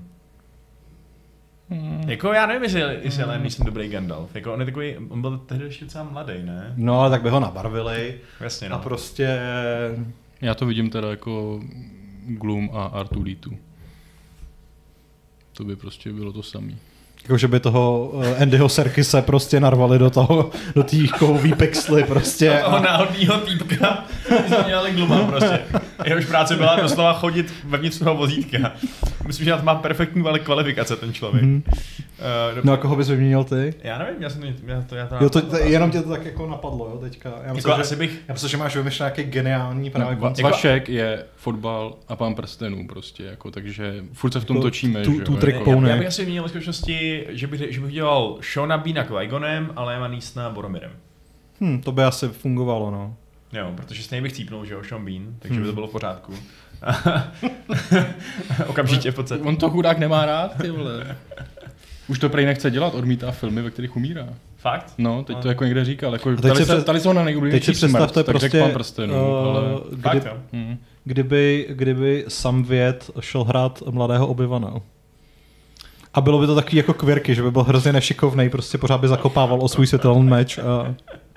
A: Jako já nevím, jestli Liam Neeson dobrý Gandalf. Jako on je takový, on byl tehdy ještě docela mladý, ne?
B: No, ale tak by ho nabarvili.
A: Jasně,
B: A
A: no.
B: prostě...
C: Já to vidím teda jako Gloom a R2D2. To by prostě bylo to samý.
B: Jako, že by toho Andyho Serkise prostě narvali do té kovový pixely prostě.
A: Toho náhodného týpka, my jsme dělali Gluma prostě. Jehož práce byla doslova chodit vevnitř toho vozítka. Myslím, že na to má perfektní kvalifikace ten člověk.
B: No a koho bys vyměnil ty?
A: Já nevím,
B: Jo, jenom tě to tak jako napadlo, jo, teďka. Já myslím,
A: jako asi bych...
B: Já myslím, že máš vymyšlený nějaký geniální právě koncept.
C: Vašek je fotbal a Pán prstenů prostě, jako, takže furt se v tom
B: Jako
C: točíme.
B: tu
C: že jo,
B: trick
C: jako.
B: pony.
A: Já bych asi měl v skutečnosti, že bych dělal Seana Beana Qui-Gonem a Liama Neesona Boromirem.
B: To by asi fungovalo, no.
A: Jo, protože stejně bych cípnul, že jo, Sean Bean, takže by to bylo v pořádku. Okamžitě v podstatě.
C: On to chudák nemá rád, ty vole. Už to prej nechce dělat, odmítá filmy, ve kterých umírá.
A: Fakt?
C: No, teď to jako někde říkal. Jako,
B: teď
C: se ho na nejoblíbenější smrt, tak
B: prostě,
C: řekl Pán prstenů. Ale...
A: Fakt, jo.
B: Kdyby Samvět šel hrát mladého Obi-Wana. A bylo by to takový jako kvirky, že by byl hrozně nešikovnej, prostě pořád by zakopával o svůj světelný meč. A...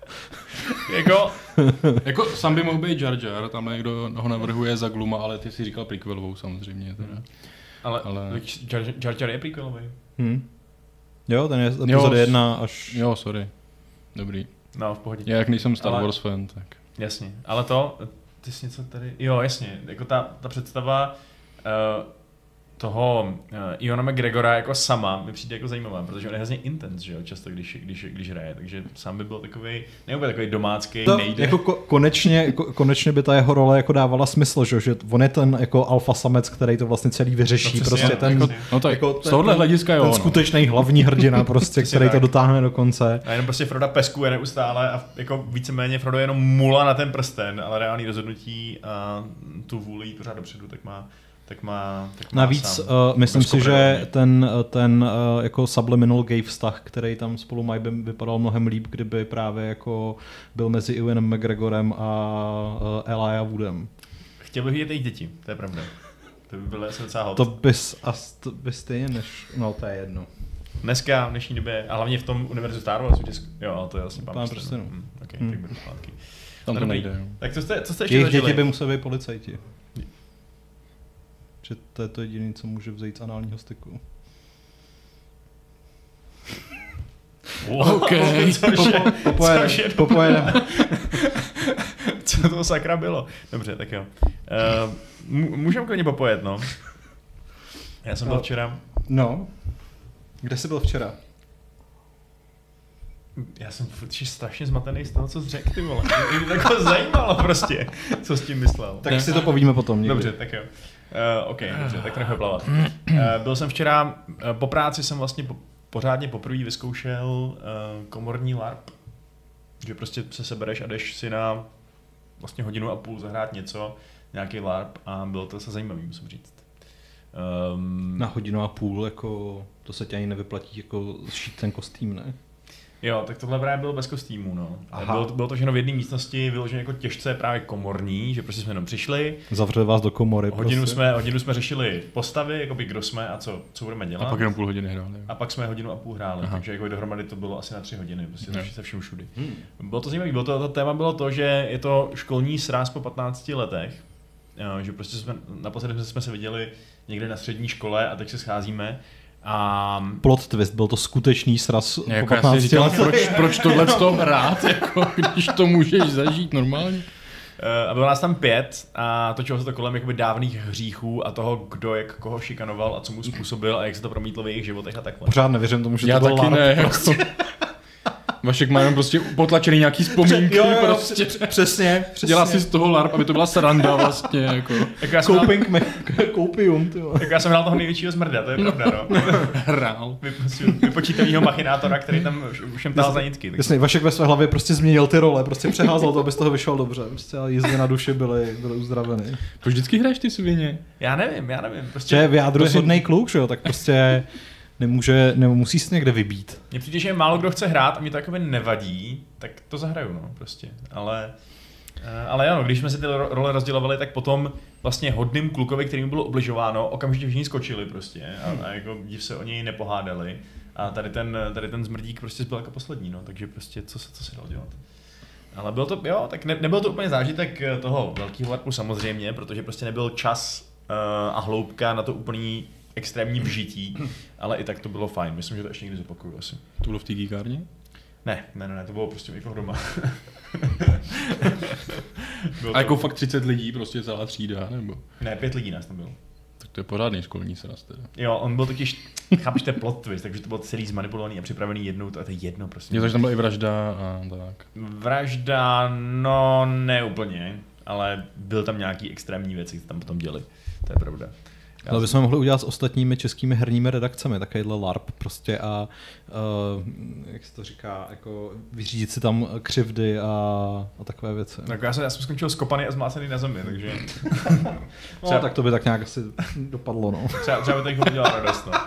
C: jako sám by mohl být Jar Jar, tam někdo ho navrhuje za Gluma, ale ty si říkal prequelovou samozřejmě. Teda.
A: Ale... Jar Jar je prequelový.
B: Jo, ten je epizody 1 až...
C: Jo, sorry. Dobrý.
A: No, v pohodě.
C: Já jak nejsem Star Wars fan, tak...
A: Jasně, ale ty jsi něco tady... Jo, jasně, jako ta představa toho Iona McGregora jako sama mi přijde jako zajímavá, protože on je hrozně intense, že jo, často když hraje, takže sám by byl takový, neúplně takový domácký, nejde.
B: Jako konečně by ta jeho role jako dávala smysl, že on je ten jako alfa samec, který to vlastně celý vyřeší,
A: no,
B: prostě ten,
A: jako,
C: no tak,
B: jako
C: z tohohle hlediska jo,
B: ten skutečný hlavní hrdina prostě, který
A: tak.
B: to dotáhne do konce.
A: A jenom prostě Froda peskuje neustále a jako víceméně Frodo je jenom mula na ten prsten, ale reálný rozhodnutí a tu vůli jít pořád dopředu, tak má
B: Navíc myslím si, že ten jako subliminal gay vztah, který tam spolu mají, by vypadal mnohem líp, kdyby právě jako byl mezi Ewanem McGregorem a Elijah Woodem.
A: Chtěl bych vidět jejich děti, to je pravda. To by bylo docela hot.
B: To bys stejně no to je jedno.
A: Dneska, v dnešní době, a hlavně v tom univerzu Star Wars, jo, ale to je vlastně
B: Pán prstenů.
A: Tak budu zpátky.
C: Tam to nejde. Jo.
A: Tak co jste ještě
B: jejich
A: zažili?
B: děti by museli být policajti. Že to je to jediné, co může vzít z análního styku.
A: OK,
B: Popojedeme.
A: Co to sakra bylo? Dobře, tak jo. Můžeme klidně popojet, no. Já jsem byl včera.
B: No. Kde jsi byl včera?
A: Já jsem strašně zmatený z toho, co jsi řekl, ty vole. Mě to jako zajímalo prostě, co s tím myslel.
B: Tak si to povíme potom někdy.
A: Dobře, tak jo. OK, dobře, tak trochu plavat. Byl jsem včera, po práci jsem vlastně pořádně poprvé vyzkoušel komorní LARP. Že prostě se sebereš a jdeš si na vlastně 1.5 hodiny zahrát něco, nějaký LARP a bylo to zase zajímavý, musím říct.
B: Na 1.5 hodiny, jako to se tě ani nevyplatí jako šít ten kostým, ne?
A: Jo, tak tohle právě bylo bez kostýmu, no. Bylo to všechno v jedné místnosti, vyloženě jako těžce právě komorní, že prostě jsme jenom přišli.
B: Zavřeli vás do komory.
A: Hodinu jsme řešili postavy, jakoby kdo jsme a co budeme dělat.
C: A pak jenom 0.5 hodiny hráli.
A: A pak jsme 1.5 hodiny hráli, takže jako dohromady to bylo asi na 3 hodiny, prostě se vším všudy. Bylo to zajímavé, to téma bylo to, že je to školní sráz po 15 letech, že prostě naposledy jsme se viděli někde na střední škole a teď se scházíme.
B: Plot twist, byl to skutečný sraz
C: jako
B: po 15 letech.
C: Proč tohle z toho hrát, jako, když to můžeš zažít normálně?
A: A bylo nás tam 5 a točilo se to kolem jakoby dávných hříchů a toho, kdo jak koho šikanoval a co mu způsobil a jak se to promítlo v jejich životech a takhle.
B: Pořád nevěřím tomu, že
C: já
B: to byl
C: taky
B: LARP.
C: Ne, prostě. Vašek má jenom prostě potlačený nějaký vzpomínky,
B: jo,
C: prostě.
B: Přesně.
C: Dělá si z toho LARP, aby to byla sranda vlastně, jako.
B: Koupium, ty jo.
A: Já jsem hrál toho největšího zmrda, to je pravda, no.
C: Hrál.
A: Vypočítavýho machinátora, který tam všem tahal za nitky.
B: Jasně, Vašek ve své hlavě prostě změnil ty role, prostě přeházel to, aby z toho vyšel dobře. Prostě jízdě na duši byly uzdraveny.
C: Proč vždycky hraješ ty svině?
A: Já nevím. Prostě
B: že v jádru je hodnej kluk, že jo, tak prostě musí se někde vybít.
A: Mně přijde, že málo kdo chce hrát a mě to jakoby nevadí, tak to zahraju, no, prostě. Ale ano, když jsme si ty role rozdělovali, tak potom vlastně hodným klukovi, kterým bylo obližováno, okamžitě všichni skočili prostě a jako div se o něj nepohádali. A tady ten zmrdík prostě byl jako poslední, no, takže prostě co se dalo dělat. Ale bylo to, jo, tak nebyl to úplně zážitek toho velkého LARPu samozřejmě, protože prostě nebyl čas a hloubka na to úplný extrémní vžití, ale i tak to bylo fajn. Myslím, že to ještě někdy zopakuju asi.
C: To bylo v té geekárně?
A: Ne, to bylo prostě jako doma.
C: A jako fakt 30 lidí, prostě celá třída, nebo?
A: Ne, 5 lidí nás tam bylo.
C: Tak to je pořádný školní sraz teda.
A: Jo, on byl totiž, chápeš, to je plot twist, takže to bylo celý zmanipulovaný a připravený jednou, a to je jedno prostě.
C: Jo, takže tam byla i vražda a tak.
A: Vražda, no ne úplně, ale byl tam nějaký extrémní věci, které tam potom děli, to je pravda.
B: Ale bychom mohli udělat s ostatními českými herními redakcemi takovýhle LARP prostě a jak se to říká, jako vyřídit si tam křivdy a takové věci.
A: Tak já jsem skončil skopaný a zmácený na zemi, takže...
B: No, tak to by tak nějak asi dopadlo, no.
A: Třeba by to udělal radost, no.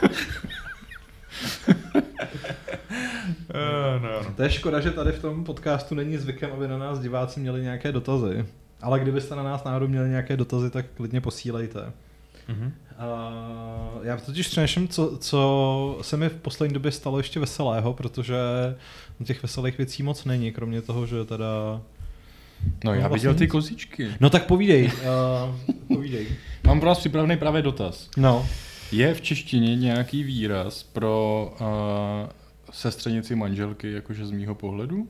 A: No.
B: To je škoda, že tady v tom podcastu není zvykem, aby na nás diváci měli nějaké dotazy. Ale kdybyste na nás náhodou měli nějaké dotazy, tak klidně posílejte. Mm-hmm. Já totiž přemýšlím, co se mi v poslední době stalo ještě veselého, protože těch veselých věcí moc není, kromě toho, že teda...
C: No já viděl ty kozičky.
B: No tak povídej.
C: Mám pro vás připravený právě dotaz.
B: No.
C: Je v češtině nějaký výraz pro sestřenici manželky, jakože z mýho pohledu?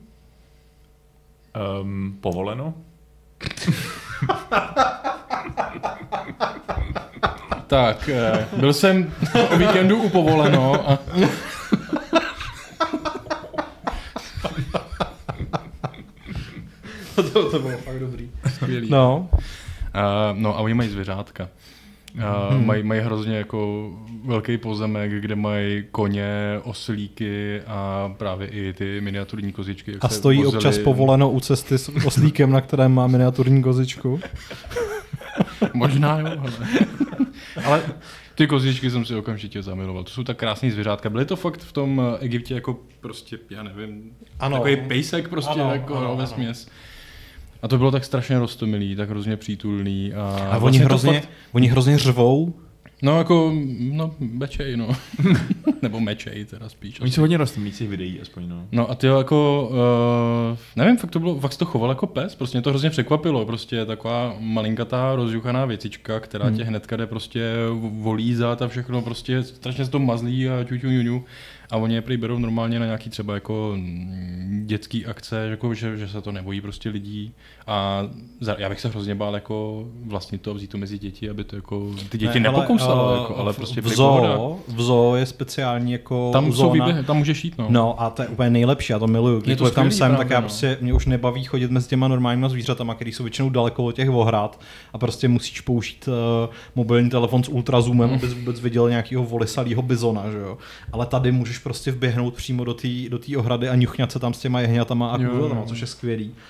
A: Povoleno?
C: Tak, byl jsem o víkendu u Povoleno a...
B: to bylo fakt dobrý.
C: Skvělý.
B: No.
C: No a oni mají zvěřátka. Mají hrozně jako velký pozemek, kde mají koně, oslíky a právě i ty miniaturní kozičky.
B: A stojí vozili... občas Povoleno u cesty s oslíkem, na kterém má miniaturní kozičku.
C: Možná jo, ale ty kozičky jsem si okamžitě zamiloval. To jsou tak krásný zvěřátka. Byly to fakt v tom Egyptě jako prostě, já nevím, takový pejsek prostě ano, vesměs. A to bylo tak strašně roztomilý, tak hrozně přítulný.
B: A oni hrozně řvou.
C: No jako, mečej, no. Nebo mečej teda spíš.
A: Oni jsou hodně roztomilí z těch videí aspoň, no.
C: No a ty jako, nevím, fakt to choval jako pes, prostě mě to hrozně překvapilo, prostě taková malinkatá rozjuchaná věcička, která tě hnedka jde prostě volízat a všechno, prostě strašně se to mazlí a ťuťuňuňu. A oni je prý berou normálně na nějaký třeba jako dětský akce, jako, že se to nebojí prostě lidí. A já bych se hrozně bál jako vlastně to vzít to mezi děti, aby to jako ty děti nepokousalo, jako, ale prostě
B: v zoo je speciální jako
C: tam
B: zóna.
C: Tam můžeš jít, no.
B: No a to je úplně nejlepší, já to miluju. Když to tam jsem, tak já prostě, mě už nebaví chodit mezi těma normálníma zvířatama, který jsou většinou daleko od těch ohrad a prostě musíš použít mobilní telefon s ultrazoomem, abys vůbec viděl nějakého volisalýho bizona, že jo. Ale tady můžeš prostě vběhnout přímo do té ohrady a ňuchňat se tam s těma jehňatama a kůzatama, což je skvělý.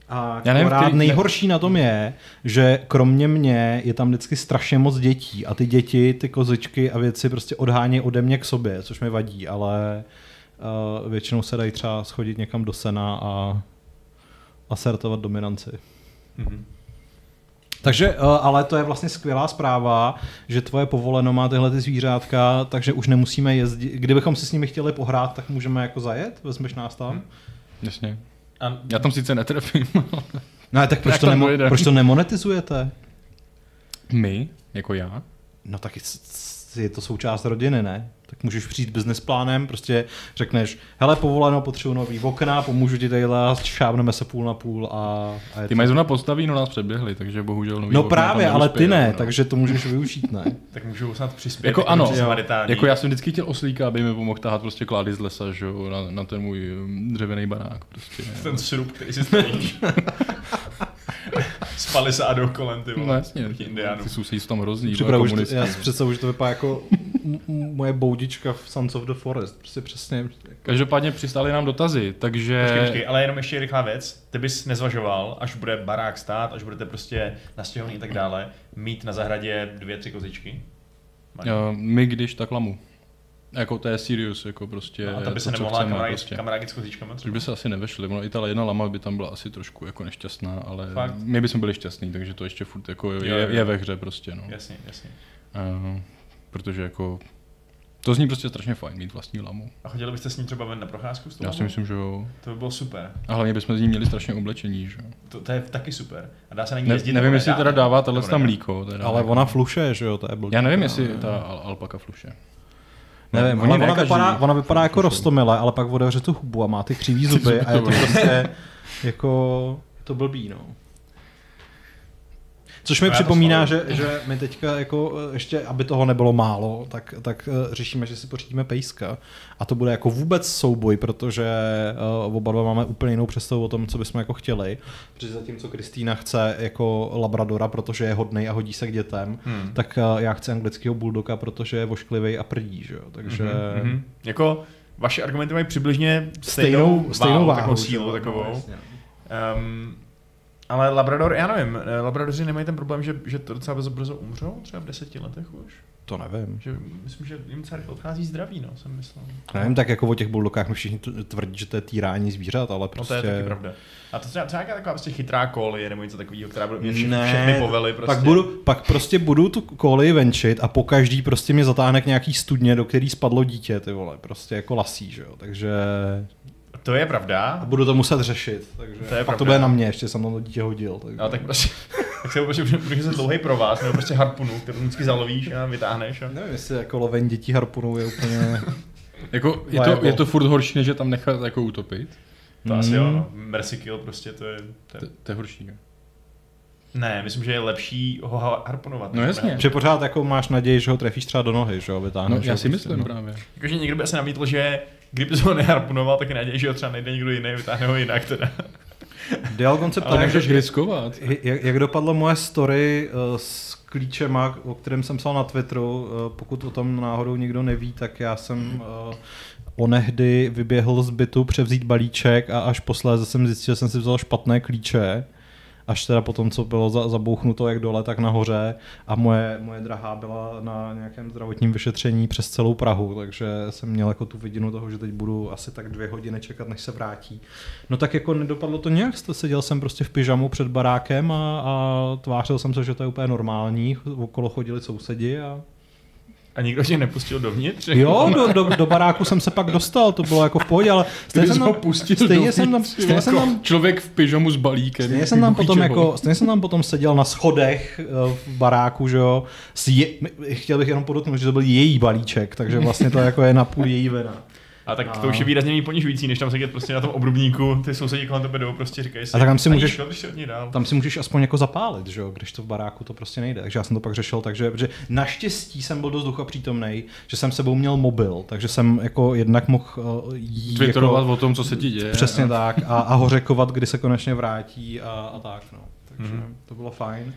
B: A
C: Já nevím,
B: akorát nejhorší na tom je, že kromě mě je tam vždycky strašně moc dětí a ty děti, ty kozičky a věci prostě odhánějí ode mě k sobě, což mi vadí, ale většinou se dají třeba schodit někam do sena a asertovat dominanci.
A: Mhm.
B: Takže, ale to je vlastně skvělá zpráva, že tvoje povoleno má tyhle ty zvířátka, takže už nemusíme jezdit. Kdybychom si s nimi chtěli pohrát, tak můžeme jako zajet? Vezmeš nás tam?
C: Jasně. Já tam sice netrefím.
B: No tak proč to nemonetizujete?
C: My? Jako já?
B: No tak je to součást rodiny, ne? Tak můžeš přijít business plánem, prostě řekneš, hele, povoleno, potřebuji nový okna, pomůžu ti tadyhle, šábneme se půl na půl a
C: ty mají zrovna postaví, no nás předběhli, takže bohužel nový
B: no
C: okna
B: právě, ale ty ne,
C: no.
B: takže to můžeš využít, ne?
A: Tak můžu snad přispět.
C: Jako ano,
A: jako
C: jako já jsem vždycky chtěl oslíka, aby mi pomohl tahat prostě klády z lesa, že jo, na ten můj dřevěný barák. Prostě.
A: Ten šrup, který si stavíš. S palisádou kolem, ty vole.
C: No jasně, ty sousedí jsou tam hrozný.
B: Já si představuji, že to vypadá jako moje boudička v Sons of the Forest. Prostě přesně.
C: Každopádně přistály nám dotazy, takže...
A: Počkej, ale jenom ještě rychlá věc. Ty bys nezvažoval, až bude barák stát, až budete prostě nastěhovaný a tak dále, mít na zahradě 2-3 kozičky?
C: My když tak lamu. Jako to je serious, jako prostě...
A: No a to by se nemohla kamarádit s kozičkama?
C: Což by se asi nevešli, no i ta jedna lama by tam byla asi trošku jako nešťastná, ale
A: fakt?
C: My bychom byli šťastní, takže to ještě furt jako je ve hře prostě, no.
A: Jasně.
C: Protože jako... To zní prostě strašně fajn, mít vlastní lamu.
A: A chodili byste s ní třeba ven na procházku?
C: Já si myslím, že jo.
A: To by bylo super.
C: A hlavně bychom z ní měli strašně oblečení, že jo.
A: To je taky super. A dá se na ní jezdit.
C: Nevím, jestli teda dává tahle tam mlíko. Teda
B: ale
C: jako...
B: ona fluše, že jo, to je blbý.
C: Já nevím, jestli ta alpaka fluše.
B: Nevím, ona vypadá jako roztomile, ale pak otevře tu hubu a má ty křivý zuby a je to prostě jako to blbý, no. Což mi připomíná, že my teďka jako ještě, aby toho nebylo málo, tak řešíme, že si pořídíme pejska a to bude jako vůbec souboj, protože oba dva máme úplně jinou představu o tom, co bychom jako chtěli. Protože zatímco Kristýna chce jako labradora, protože je hodnej a hodí se k dětem, tak já chci anglického bulldoga, protože je vošklivý a prdí, že jo. Takže
A: jako vaše argumenty mají přibližně
B: stejnou váhu,
A: takovou sílu takovou. Ale Labrador, já nevím, Labradoři nemají ten problém, že to docela brzo umřou, třeba v 10 letech už?
B: To nevím.
A: Že, myslím, že jim celý odchází zdraví, no, jsem myslel.
B: Nevím, tak jako o těch bulldogách my všichni tvrdí, že to je týrání zvířat, ale prostě...
A: No to je taky pravda. A to třeba nějaká taková prostě chytrá kólie nebo něco takového, která bude mít všechny povely prostě.
B: Pak prostě budu tu kólii venčit a pokaždý prostě mě zatáhne k nějaký studně, do který spadlo dítě, ty vole, prostě jako lasí, že jo, takže...
A: To je pravda.
B: A budu to muset řešit, takže
A: to je
B: pak to bude na mě, ještě jsem tam to dítě hodil. Takže...
A: No tak prostě, tak se bude se dlouhý pro vás, nebo prostě harpunu, kterou vždycky zalovíš a vytáhneš. A...
B: Nevím, jestli jako lovení dětí harpunou je úplně...
C: jako, je to furt horší, než je tam nechat jako utopit?
A: To asi jo, no. Mercy kill prostě, to je
C: horší, ne?
A: Ne, myslím, že je lepší ho harpunovat.
C: No jasně.
B: Že pořád jako máš naději, že ho trefíš třeba do nohy, že ho vytáhneš.
C: No já si myslím právě.
A: Jakože někdo by asi namítl, že kdyby ho neharpunoval, tak je naději, že ho třeba najde někdo jiný, vytáhne ho jinak teda.
B: Dialgon se ptá,
C: můžeš riskovat.
B: Jak dopadlo moje story s klíčema, o kterém jsem psal na Twitteru, pokud o tom náhodou nikdo neví, tak já jsem onehdy vyběhl z bytu převzít balíček a až posléze jsem zjistil, že jsem si vzal špatné klíče. Až teda potom, co bylo zabouchnuto jak dole, tak nahoře a moje drahá byla na nějakém zdravotním vyšetření přes celou Prahu, takže jsem měl jako tu vidinu toho, že teď budu asi tak 2 hodiny čekat, než se vrátí. No tak jako nedopadlo to nějak, seděl jsem prostě v pyžamu před barákem a tvářil jsem se, že to je úplně normální, okolo chodili sousedi
A: a nikdo tě nepustil dovnitř?
B: Jo, do baráku jsem se pak dostal, to bylo jako v pohodě, ale stejně jsem tam
C: člověk v pyžamu s balíkem.
B: Stejně jsem tam potom seděl na schodech v baráku, že jo. Chtěl bych jenom podotknout, že to byl její balíček, takže vlastně to jako je napůl její vina.
A: A tak to už je výrazně méně ponižující, než tam sedět prostě na tom obrubníku, ty sousedí kolem tebe jdou, prostě říkají si.
B: A tak tam si můžeš aspoň jako zapálit, že jo, když to v baráku to prostě nejde. Takže já jsem to pak řešil, takže naštěstí jsem byl dost duchopřítomnej, že jsem sebou měl mobil, takže jsem jako jednak mohl
C: twitterovat jako, o tom, co se ti děje.
B: Přesně tak a hořekovat, kdy se konečně vrátí a tak, no. Takže to bylo fajn.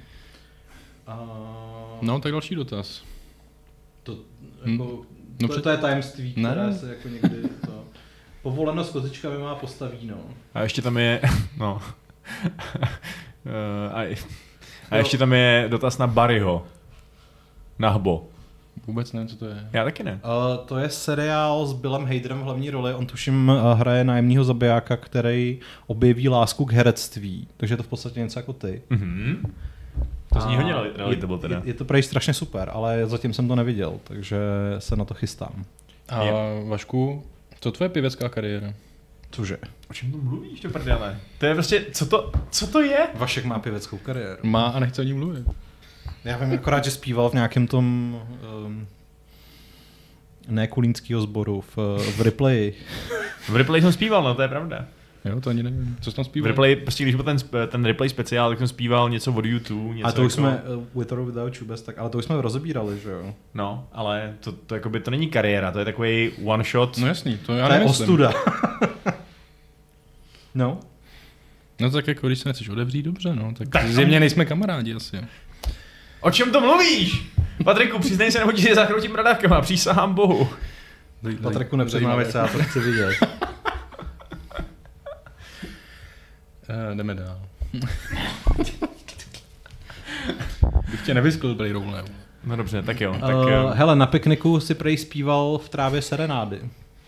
C: No, tak další dotaz.
B: To jako to je tajemství, které se jako někdy to... Povoleno s kozičkami má postaví, no.
A: A ještě tam je, no, A ještě tam je dotaz na Barryho. Na Hbo.
C: Vůbec nevím, co to je.
A: Já taky ne.
B: To je seriál s Billem Haderem v hlavní roli. On tuším hraje nájemního zabijáka, který objeví lásku k herectví. Takže je to v podstatě něco jako ty.
A: Mm-hmm. To zní hodně relatable teda.
B: Je to prej strašně super, ale zatím jsem to neviděl, takže se na to chystám.
C: A Vašku, co tvoje pěvecká kariéra?
B: Cože?
A: O čem to mluvíš, to prdele? To je prostě, co to je?
B: Vašek má pěveckou kariéru.
C: Má a nechce o ní mluvit.
B: Já vím akorát, že zpíval v nějakém tom ne kulínskýho sboru, v Ripley.
A: V Ripley jsem zpíval, no to je pravda.
C: Jo, to ani nevím. Co jsi tam
A: V
C: zpíval?
A: Ripley, prostě když byl ten Ripley speciál, tak jsem zpíval něco od YouTube. Něco
B: A to už
A: jako...
B: jsme, With or Without You bez, tak, ale to už jsme rozebírali, že jo?
A: No, ale to jakoby, to není kariéra, to je takový one shot.
C: No jasný, to já
B: To je
C: nemyslím.
B: ostuda. No.
C: No tak jako, když se nechceš otevřít, dobře, no. Tak
A: Tak
C: zjevně nejsme kamarádi asi.
A: O čem to mluvíš? Patriku, přiznej se, nebo ti zakroutím bradavkama, přísahám Bohu.
B: Patriku, nepřiznávej se, já to chci vidět.
C: Jdeme dál. Bych tě nevyskl, byli rovnou.
A: No dobře, tak jo. Tak,
B: Hele, na pikniku si prej zpíval v trávě serenády.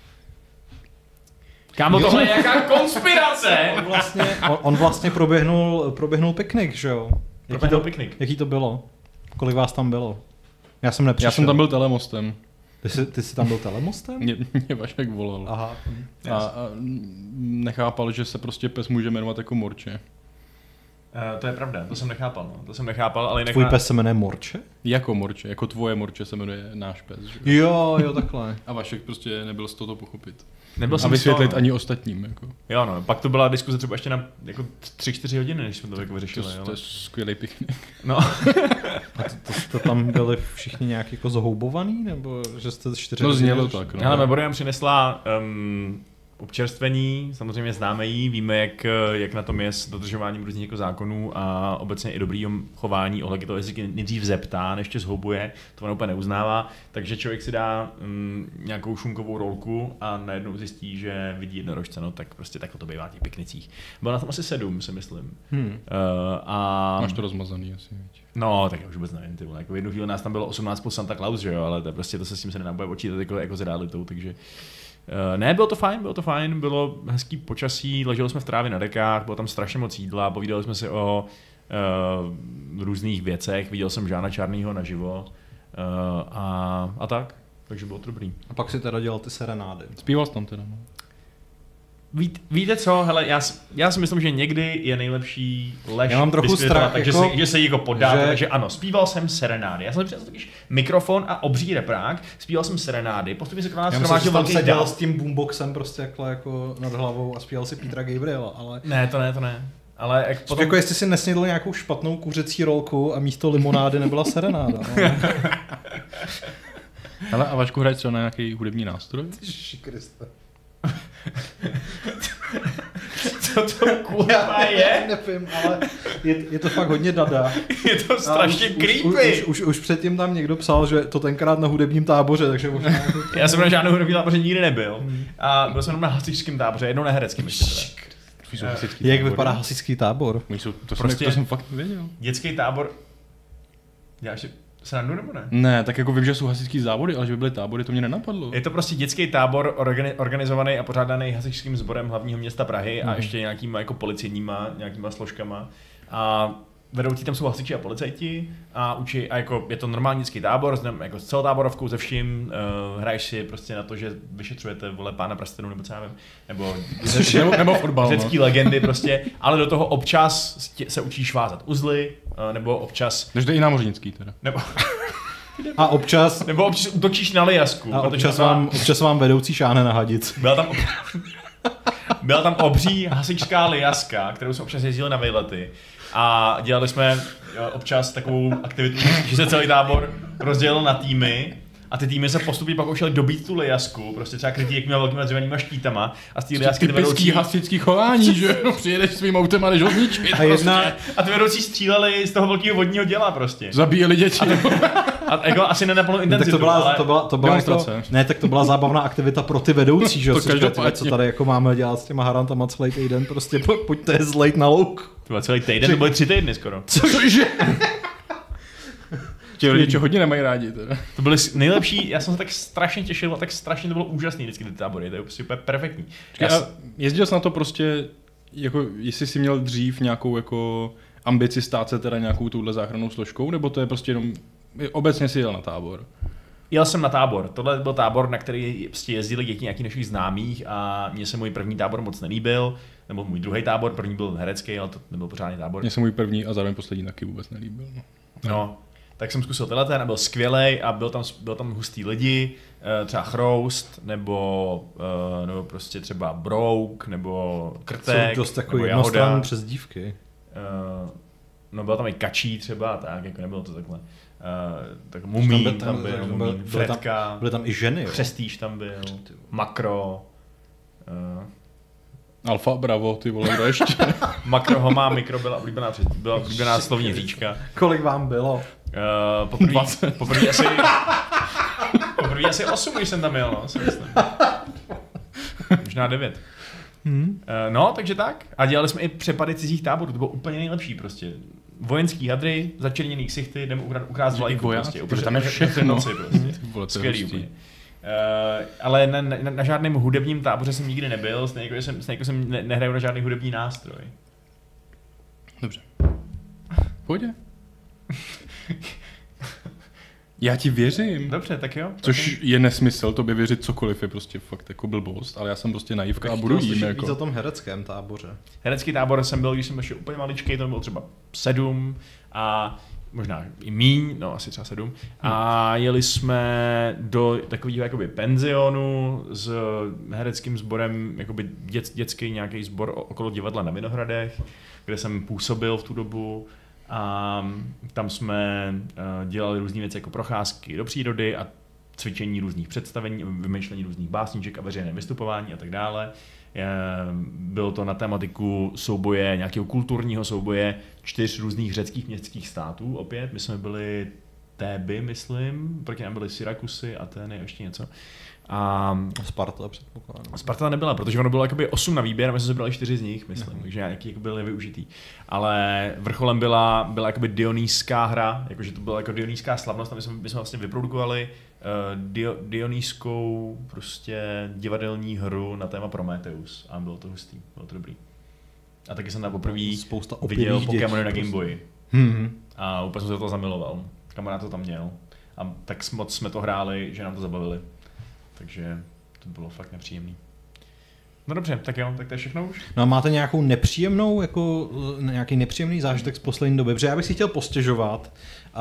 A: kámo, tohle je nějaká konspirace!
B: On vlastně proběhnul piknik, že jo?
A: Proběhnul piknik.
B: Jaký to bylo? Kolik vás tam bylo? Já jsem nepřišel.
C: Já jsem tam byl telemostem.
B: Ty jsi tam byl telemostem?
C: Mě Vašek volal.
B: Aha.
C: A nechápal, že se prostě pes může jmenovat jako Morče.
A: To je pravda, to jsem nechápal, ale jinak...
B: Tvůj pes se jmenuje Morče?
C: Jako Morče, jako tvoje Morče se jmenuje náš pes. Že?
B: Jo, takhle.
C: A Vašek prostě nebyl z toho pochopit.
A: Nebyl
C: A
A: jsem
C: vysvětlit
A: z toho,
C: ani ostatním. Jako.
A: Jo no, pak to byla diskuze třeba ještě na jako 3-4 hodiny, než jsme to jako vyřešili.
C: To je skvělý piknik.
A: No.
B: A to tam byli všichni nějak jako zohoubovaný, nebo že jste 4
C: No znělo tak. No.
A: Ale Mebody nám přinesla občerstvení, samozřejmě známe jí, víme, jak na tom je s dodržováním různých jako zákonů a obecně i dobrýho chování ohledně toho, jestli nejdřív zeptá, než tě zhoubuje, to on úplně neuznává, takže člověk si dá nějakou šunkovou rolku a najednou zjistí, že vidí jednorožce, no tak prostě tak to bývá v těch piknicích. Bylo na tom asi 7, si myslím. A...
C: Máš to rozmazaný asi, víš.
A: No, tak já už vůbec nevím, ty vole. Jako v jednu chvíli nás tam bylo 18 plus Santa Claus, že jo, ale to prostě to se s tím se nedá počítat jako s realitou, takže... Ne, bylo to fajn, bylo hezký počasí, leželi jsme v trávě na dekách, bylo tam strašně moc jídla, povídali jsme si o různých věcech, viděl jsem Žána Čarnýho naživo a tak, takže bylo to dobrý.
B: A pak si teda dělal ty serenády.
C: Zpíval jsi tam teda, no.
A: Víte co, hele, já si myslím, že někdy je nejlepší lež.
B: Já mám trochu strach,
A: takže
B: jako,
A: že se jí jako podá,
B: že...
A: takže ano, zpíval jsem serenády. Já jsem přesně totiž mikrofon a obří reprák, zpíval jsem serenády, postupně se k nás shromáždil velký
B: seděl
A: dav.
B: s tím boomboxem prostě jako nad hlavou a zpíval si Petra Gabriela, ale...
A: Ne, to ne. Ale jak potom...
B: Jako jestli si nesnědl nějakou špatnou kuřecí rolku a místo limonády nebyla serenáda. No.
C: Hele, a Vašku hraje třeba na nějaký hudební nástroj?
B: Ježiši Kriste.
A: Co to kurva je?
B: Nevím, ale je to fakt hodně dada.
A: Je to strašně creepy.
B: Už předtím tam někdo psal, že to tenkrát na hudebním táboře, takže možná...
A: Já jsem na žádnou hudební táboře nikdy nebyl. A byl jsem na hasičském táboře, jednou na hereckém ještě teda.
B: Jak vypadá hasičský tábor?
C: To jsem fakt nevěděl.
A: Dětský tábor. Já ještě srandu nebo ne?
C: Ne, tak jako vím, že jsou hasičský závody, ale že by byly tábory, to mě nenapadlo.
A: Je to prostě dětský tábor organizovaný a pořádaný hasičským sborem hlavního města Prahy a ještě nějakýma jako policejníma nějakýma složkama. A vedoucí tam jsou hasiči a policajti a učí, a jako je to normální dětský tábor, jako s celou táborovkou ze vším, hraješ si prostě na to, že vyšetřujete vole Pána prstenů nebo co já vím, nebo
C: fotbal,
A: řecký legendy prostě, ale do toho občas se učíš vázat uzly, nebo občas...
C: Takže to je i námořnický teda.
B: A občas...
A: Nebo občas útočíš na liasku.
B: A občas vám vedoucí šáhne na hadic.
A: Byla tam obří hasičská liaska, kterou jsme občas jezdili na vejlety. A dělali jsme občas takovou aktivitu, že se celý tábor rozdělil na týmy a ty týmy se postupně pak šly dobít tu Lijasku, prostě třeba krytý jakýma velkýma dřevěnýma štítama a z té Lijasky ty
C: typický hasičský chování, že přijedeš svým autem a jdeš ho zničit.
A: A ty vedoucí stříleli z toho velkého vodního děla prostě.
C: Zabíjeli děti.
A: A jako asi ne na plnou intenzitu,
B: to byla jako, ne, tak to byla zábavná aktivita pro ty vedoucí, že jo, co tady jako máme dělat s těma harantama celý týden, prostě pojďte zlejt na louk.
A: To byl celý týden, to byly 3 týdny skoro.
C: Cože? Ti rodiče hodně nemají rádi teda.
A: To byly nejlepší, já jsem se tak strašně těšil a tak strašně to bylo úžasný vždycky ty tábory, to je prostě úplně perfektní.
C: Jezdil jsi na to prostě, jako jestli jsi měl dřív nějakou jako ambici stát se teda nějakou touhle záchrannou složkou, nebo to je prostě jenom, obecně si jel na tábor?
A: Jel jsem na tábor, tohle byl tábor, na který prostě jezdili děti nějakých našich známých a mně se můj první tábor moc nelíbil, nebo můj druhý tábor, první byl herecký, ale to nebyl pořádný tábor.
C: Mně se můj první a zároveň poslední taky vůbec nelíbil.
A: No. Tak jsem zkusil tenhle a byl skvělej a byl tam hustý lidi, třeba Chroust, nebo prostě třeba Brouk, nebo Krtek,
B: jsou dost jako
A: nebo Jahoda.
B: přezdívky.
A: No byl tam i Kačí třeba, tak jako nebylo to takhle. Tak Mumín tam byl, Mumín, Fredka,
B: byly tam i ženy, jo?
A: Chřestýš tam byl, Makro.
C: Alfa, Bravo, ty vole, kdo ještě?
A: Makro, Homa, Mikro byla oblíbená slovní říčka.
B: Kolik vám bylo?
A: Poprvé asi 8, když jsem tam jel, no, si myslím. Možná 9. No, takže tak. A dělali jsme i přepady cizích táborů, to bylo úplně nejlepší prostě. Vojenský hadry, začerněný ksichty, jdeme ukrást vlajku prostě.
C: Protože tam je všechno.
A: Prostě. Skvělý úplně. Ale na žádném hudebním táboře jsem nikdy nebyl, stejně jako jsem nehraju na žádný hudební nástroj.
C: Dobře. Pojď. Já ti věřím.
A: Dobře, tak jo.
C: Což je nesmysl, tobě věřit cokoliv je prostě fakt jako blbost, ale já jsem prostě naivka a budu jím jako.
B: Víc o tom hereckém táboře.
A: Herecký tábor jsem byl, když jsem ještě úplně maličký, to bylo třeba 7 a možná i míň, no asi třeba 7. A jeli jsme do takového jakoby penzionu s hereckým sborem, jakoby dětský nějaký sbor okolo divadla na Vinohradech, kde jsem působil v tu dobu. A tam jsme dělali různé věci jako procházky do přírody a cvičení různých představení, vymýšlení různých básniček a veřejné vystupování a tak dále. Bylo to na tematiku souboje, nějakého kulturního souboje 4 různých řeckých městských států opět. My jsme byli Téby, myslím, proti nám byly Syrakusy, Atény a ještě něco. A
B: Sparta předpokládám.
A: Sparta nebyla, protože ono bylo jakoby 8 na výběr a my jsme brali 4 z nich, myslím, takže nějaký jako byly využitý. Ale vrcholem byla jakoby dionýská hra, jakože to byla jako dionýská slavnost a my jsme vlastně vyprodukovali dionýskou prostě divadelní hru na téma Prometheus a bylo to hustý, bylo to dobrý. A taky jsem tam poprvé viděl Pokémony na Game Boyi. A úplně jsem se to zamiloval. Kamarád to tam měl. A tak moc jsme to hráli, že nám to zabavili. Takže to bylo fakt nepříjemný. No dobře, tak jo, tak to je všechno už.
B: No a máte nějakou nepříjemnou, jako nějaký nepříjemný zážitek z poslední doby? Protože já bych si chtěl postěžovat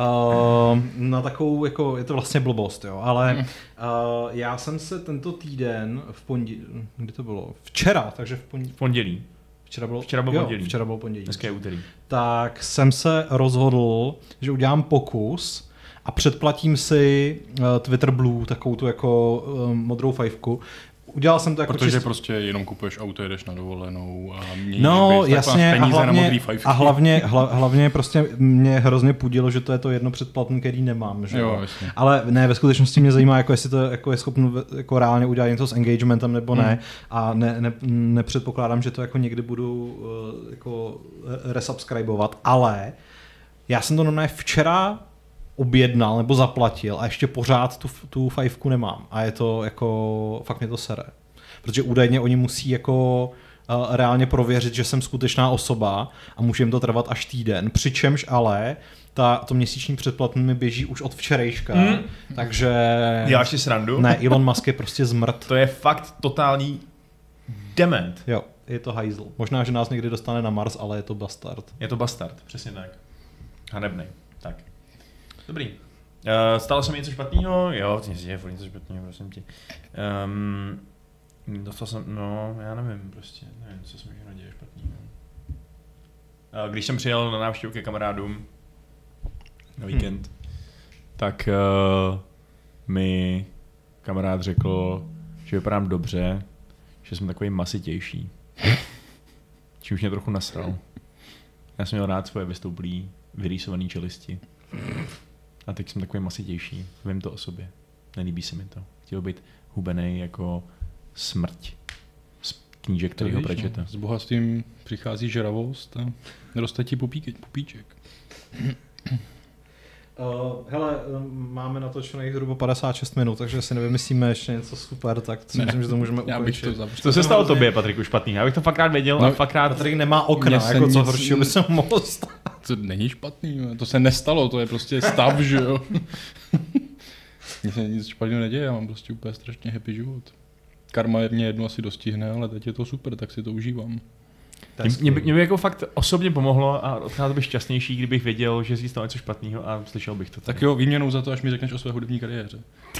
B: na takovou, jako je to vlastně blbost, jo, ale já jsem se tento týden v pondělí, kdy to bylo? Včera, takže v
A: pondělí.
B: Včera bylo
A: pondělí.
B: Včera bylo pondělí.
A: Dneska je úterý.
B: Tak jsem se rozhodl, že udělám pokus a předplatím si Twitter Blue, takovou tu jako modrou fajfku. Udělal jsem to jako
C: protože prostě jenom kupuješ auto, jedeš na dovolenou a měníš
B: jasně,
C: peníze na modrý fajfky.
B: A hlavně prostě mě hrozně pudilo, že to je to jedno předplatné, který nemám. Že?
C: Jo, jasně.
B: Ale ne, ve skutečnosti mě zajímá, jako jestli to jako je schopno jako reálně udělat něco s engagementem nebo ne. A nepředpokládám, že to jako někdy budu jako resubscribovat, ale já jsem to normálně včera objednal nebo zaplatil a ještě pořád tu fajfku nemám. A je to jako, fakt mě to sere. Protože údajně oni musí jako reálně prověřit, že jsem skutečná osoba a může jim to trvat až týden. Přičemž ale to měsíční předplatné mi běží už od včerejška. Takže...
A: Děláš si srandu?
B: Ne, Elon Musk je prostě zmrt.
A: To je fakt totální dement.
B: Jo, je to hajzl. Možná, že nás někdy dostane na Mars, ale je to bastard.
A: Je to bastard, přesně tak. Hanebnej. Tak. Dobrý. Stalo se mi něco špatného? Jo, nic je něco špatného, prosím tě. Dostal jsem, no, já nevím prostě, nevím, co se mi všechno děje špatného. Když jsem přijel na návštěvu ke kamarádům na víkend, tak mi kamarád řekl, že vypadám dobře, že jsem takový masitější. Čímž mě trochu nasral. Já jsem měl rád svoje vystouplý, vyrýsovaný čelisti. A teď jsem takový masitější. Vím to o sobě. Nelíbí se mi to. Chtěl být hubenej jako smrť. Z knížek, který ho prečete.
C: S bohatstvím přichází žravost a roste ti pupíček.
B: Hele, máme natočených zhruba 56 minut, takže si nevymyslíme ještě něco super, tak si myslím, že to můžeme ukončit.
A: Co se stalo tobě, Patriku, špatný? Já bych to fakt rád věděl.
C: No,
A: a fakt rád...
B: Patrik nemá okna, jako co horšího by se mohlo stát.
C: To není špatný, to se nestalo, to je prostě stav, že jo. Mně se nic špatného neděje, já mám prostě úplně strašně happy život. Karma mě jedno asi dostihne, ale teď je to super, tak si to užívám.
A: Mě by jako fakt osobně pomohlo a odcházel bych šťastnější, kdybych věděl, že si stalo něco špatného a slyšel bych to.
C: Tak jo, výměnou za to, až mi řekneš o své hudební kariéře.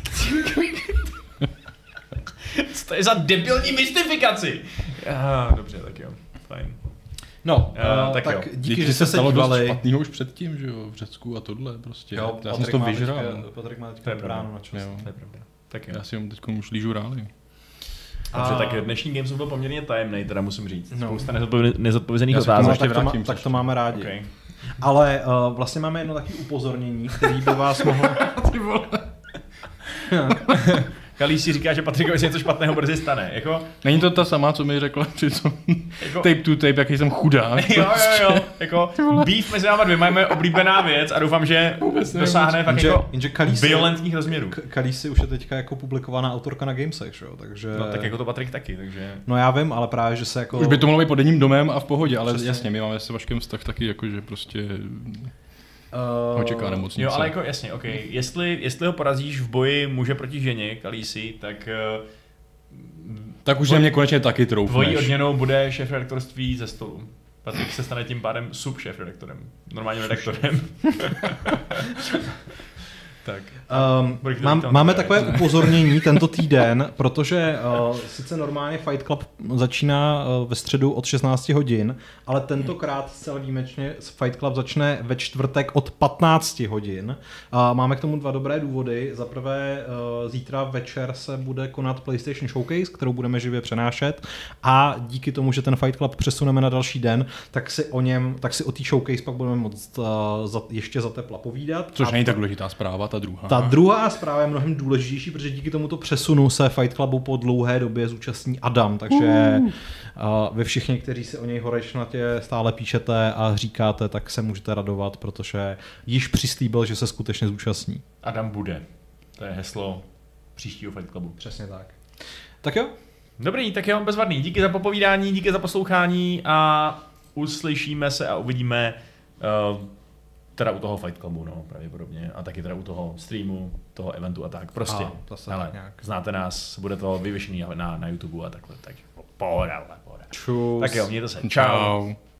A: Co to je za debilní mystifikaci? Dobře, tak jo, fajn.
B: No,
A: tak
B: tak
A: jo.
B: díky, že jste se
C: stalo
B: dívali.
C: dost špatného už předtím, že jo, v Řecku a tohle prostě.
B: Jo,
C: já jsem to vyžral.
B: Patrik má
A: To
B: teďka
A: je pravda.
B: bránu na čas.
C: Jo.
A: To je pravda. Tak jo.
C: Já si teď už lížu rály.
A: Dobře, tak dnešní Games byl poměrně tajemný, teda musím říct.
B: No.
A: Spousta nezodpovězených
C: Já se
A: otázek.
C: ještě vrátím
B: tak to
C: příště.
B: máme rádi.
A: Okay.
B: Ale vlastně máme jedno takové upozornění, který by vás mohlo...
A: Ty vole. Kalíš si říká, že Patrikovi se něco špatného brzy stane. Jako,
C: Není to ta sama, co mi řekla při tom
A: jako,
C: tape to tape, jaký jsem chudák.
A: jo. Jako, beef mezi náma dvěma je moje oblíbená věc a doufám, že dosáhne fakt jako violentních rozměrů.
B: Kalísi už je teďka jako publikovaná autorka na Gamesech, že jo, takže...
A: No tak jako to Patrik taky, takže...
B: No já vím, ale právě, že se jako...
C: Už by to mohlo být pod jedním domem a v pohodě, ale
B: Přesně.
C: jasně, my máme s Vaškem vztah taky, jakože prostě ho čeká nemocnice.
A: Jo, ale jako jasně, ok. Jestli ho porazíš v boji muže proti ženě, Kalísi, tak...
C: tak už na mě konečně taky troufneš.
A: Tvojí odměnou bude šéfredaktorství ze stolu. Patrik se stane tím pádem subšéfredaktorem. Normálním redaktorem. Tak.
B: Máme takové upozornění tento týden, protože sice normálně Fight Club začíná ve středu od 16 hodin, ale tentokrát zcela výjimečně Fight Club začne ve čtvrtek od 15 hodin. Máme k tomu dva dobré důvody. Za prvé zítra večer se bude konat PlayStation Showcase, kterou budeme živě přenášet, a díky tomu, že ten Fight Club přesuneme na další den, tak si o té Showcase pak budeme moct ještě zatepla povídat.
C: Což není tak důležitá zpráva, ta druhá.
B: Ta druhá zpráva je mnohem důležitější, protože díky tomuto přesunu se Fight Clubu po dlouhé době zúčastní Adam, takže vy všichni, kteří si o něj horečnatě stále píšete a říkáte, tak se můžete radovat, protože již přislíbil, že se skutečně zúčastní.
A: Adam bude. To je heslo příštího Fight Clubu.
B: Přesně tak. Tak jo?
A: Dobrý, tak jo, bezvadný. Díky za popovídání, díky za poslouchání a uslyšíme se a uvidíme teda u toho Fight Clubu, no, pravděpodobně. A taky teda u toho streamu, toho eventu a tak. Prostě, hele, znáte nás, bude to vyvěšený na YouTube a takhle. Tak pohoda.
B: Čus.
A: Tak jo, mějte se. Čau.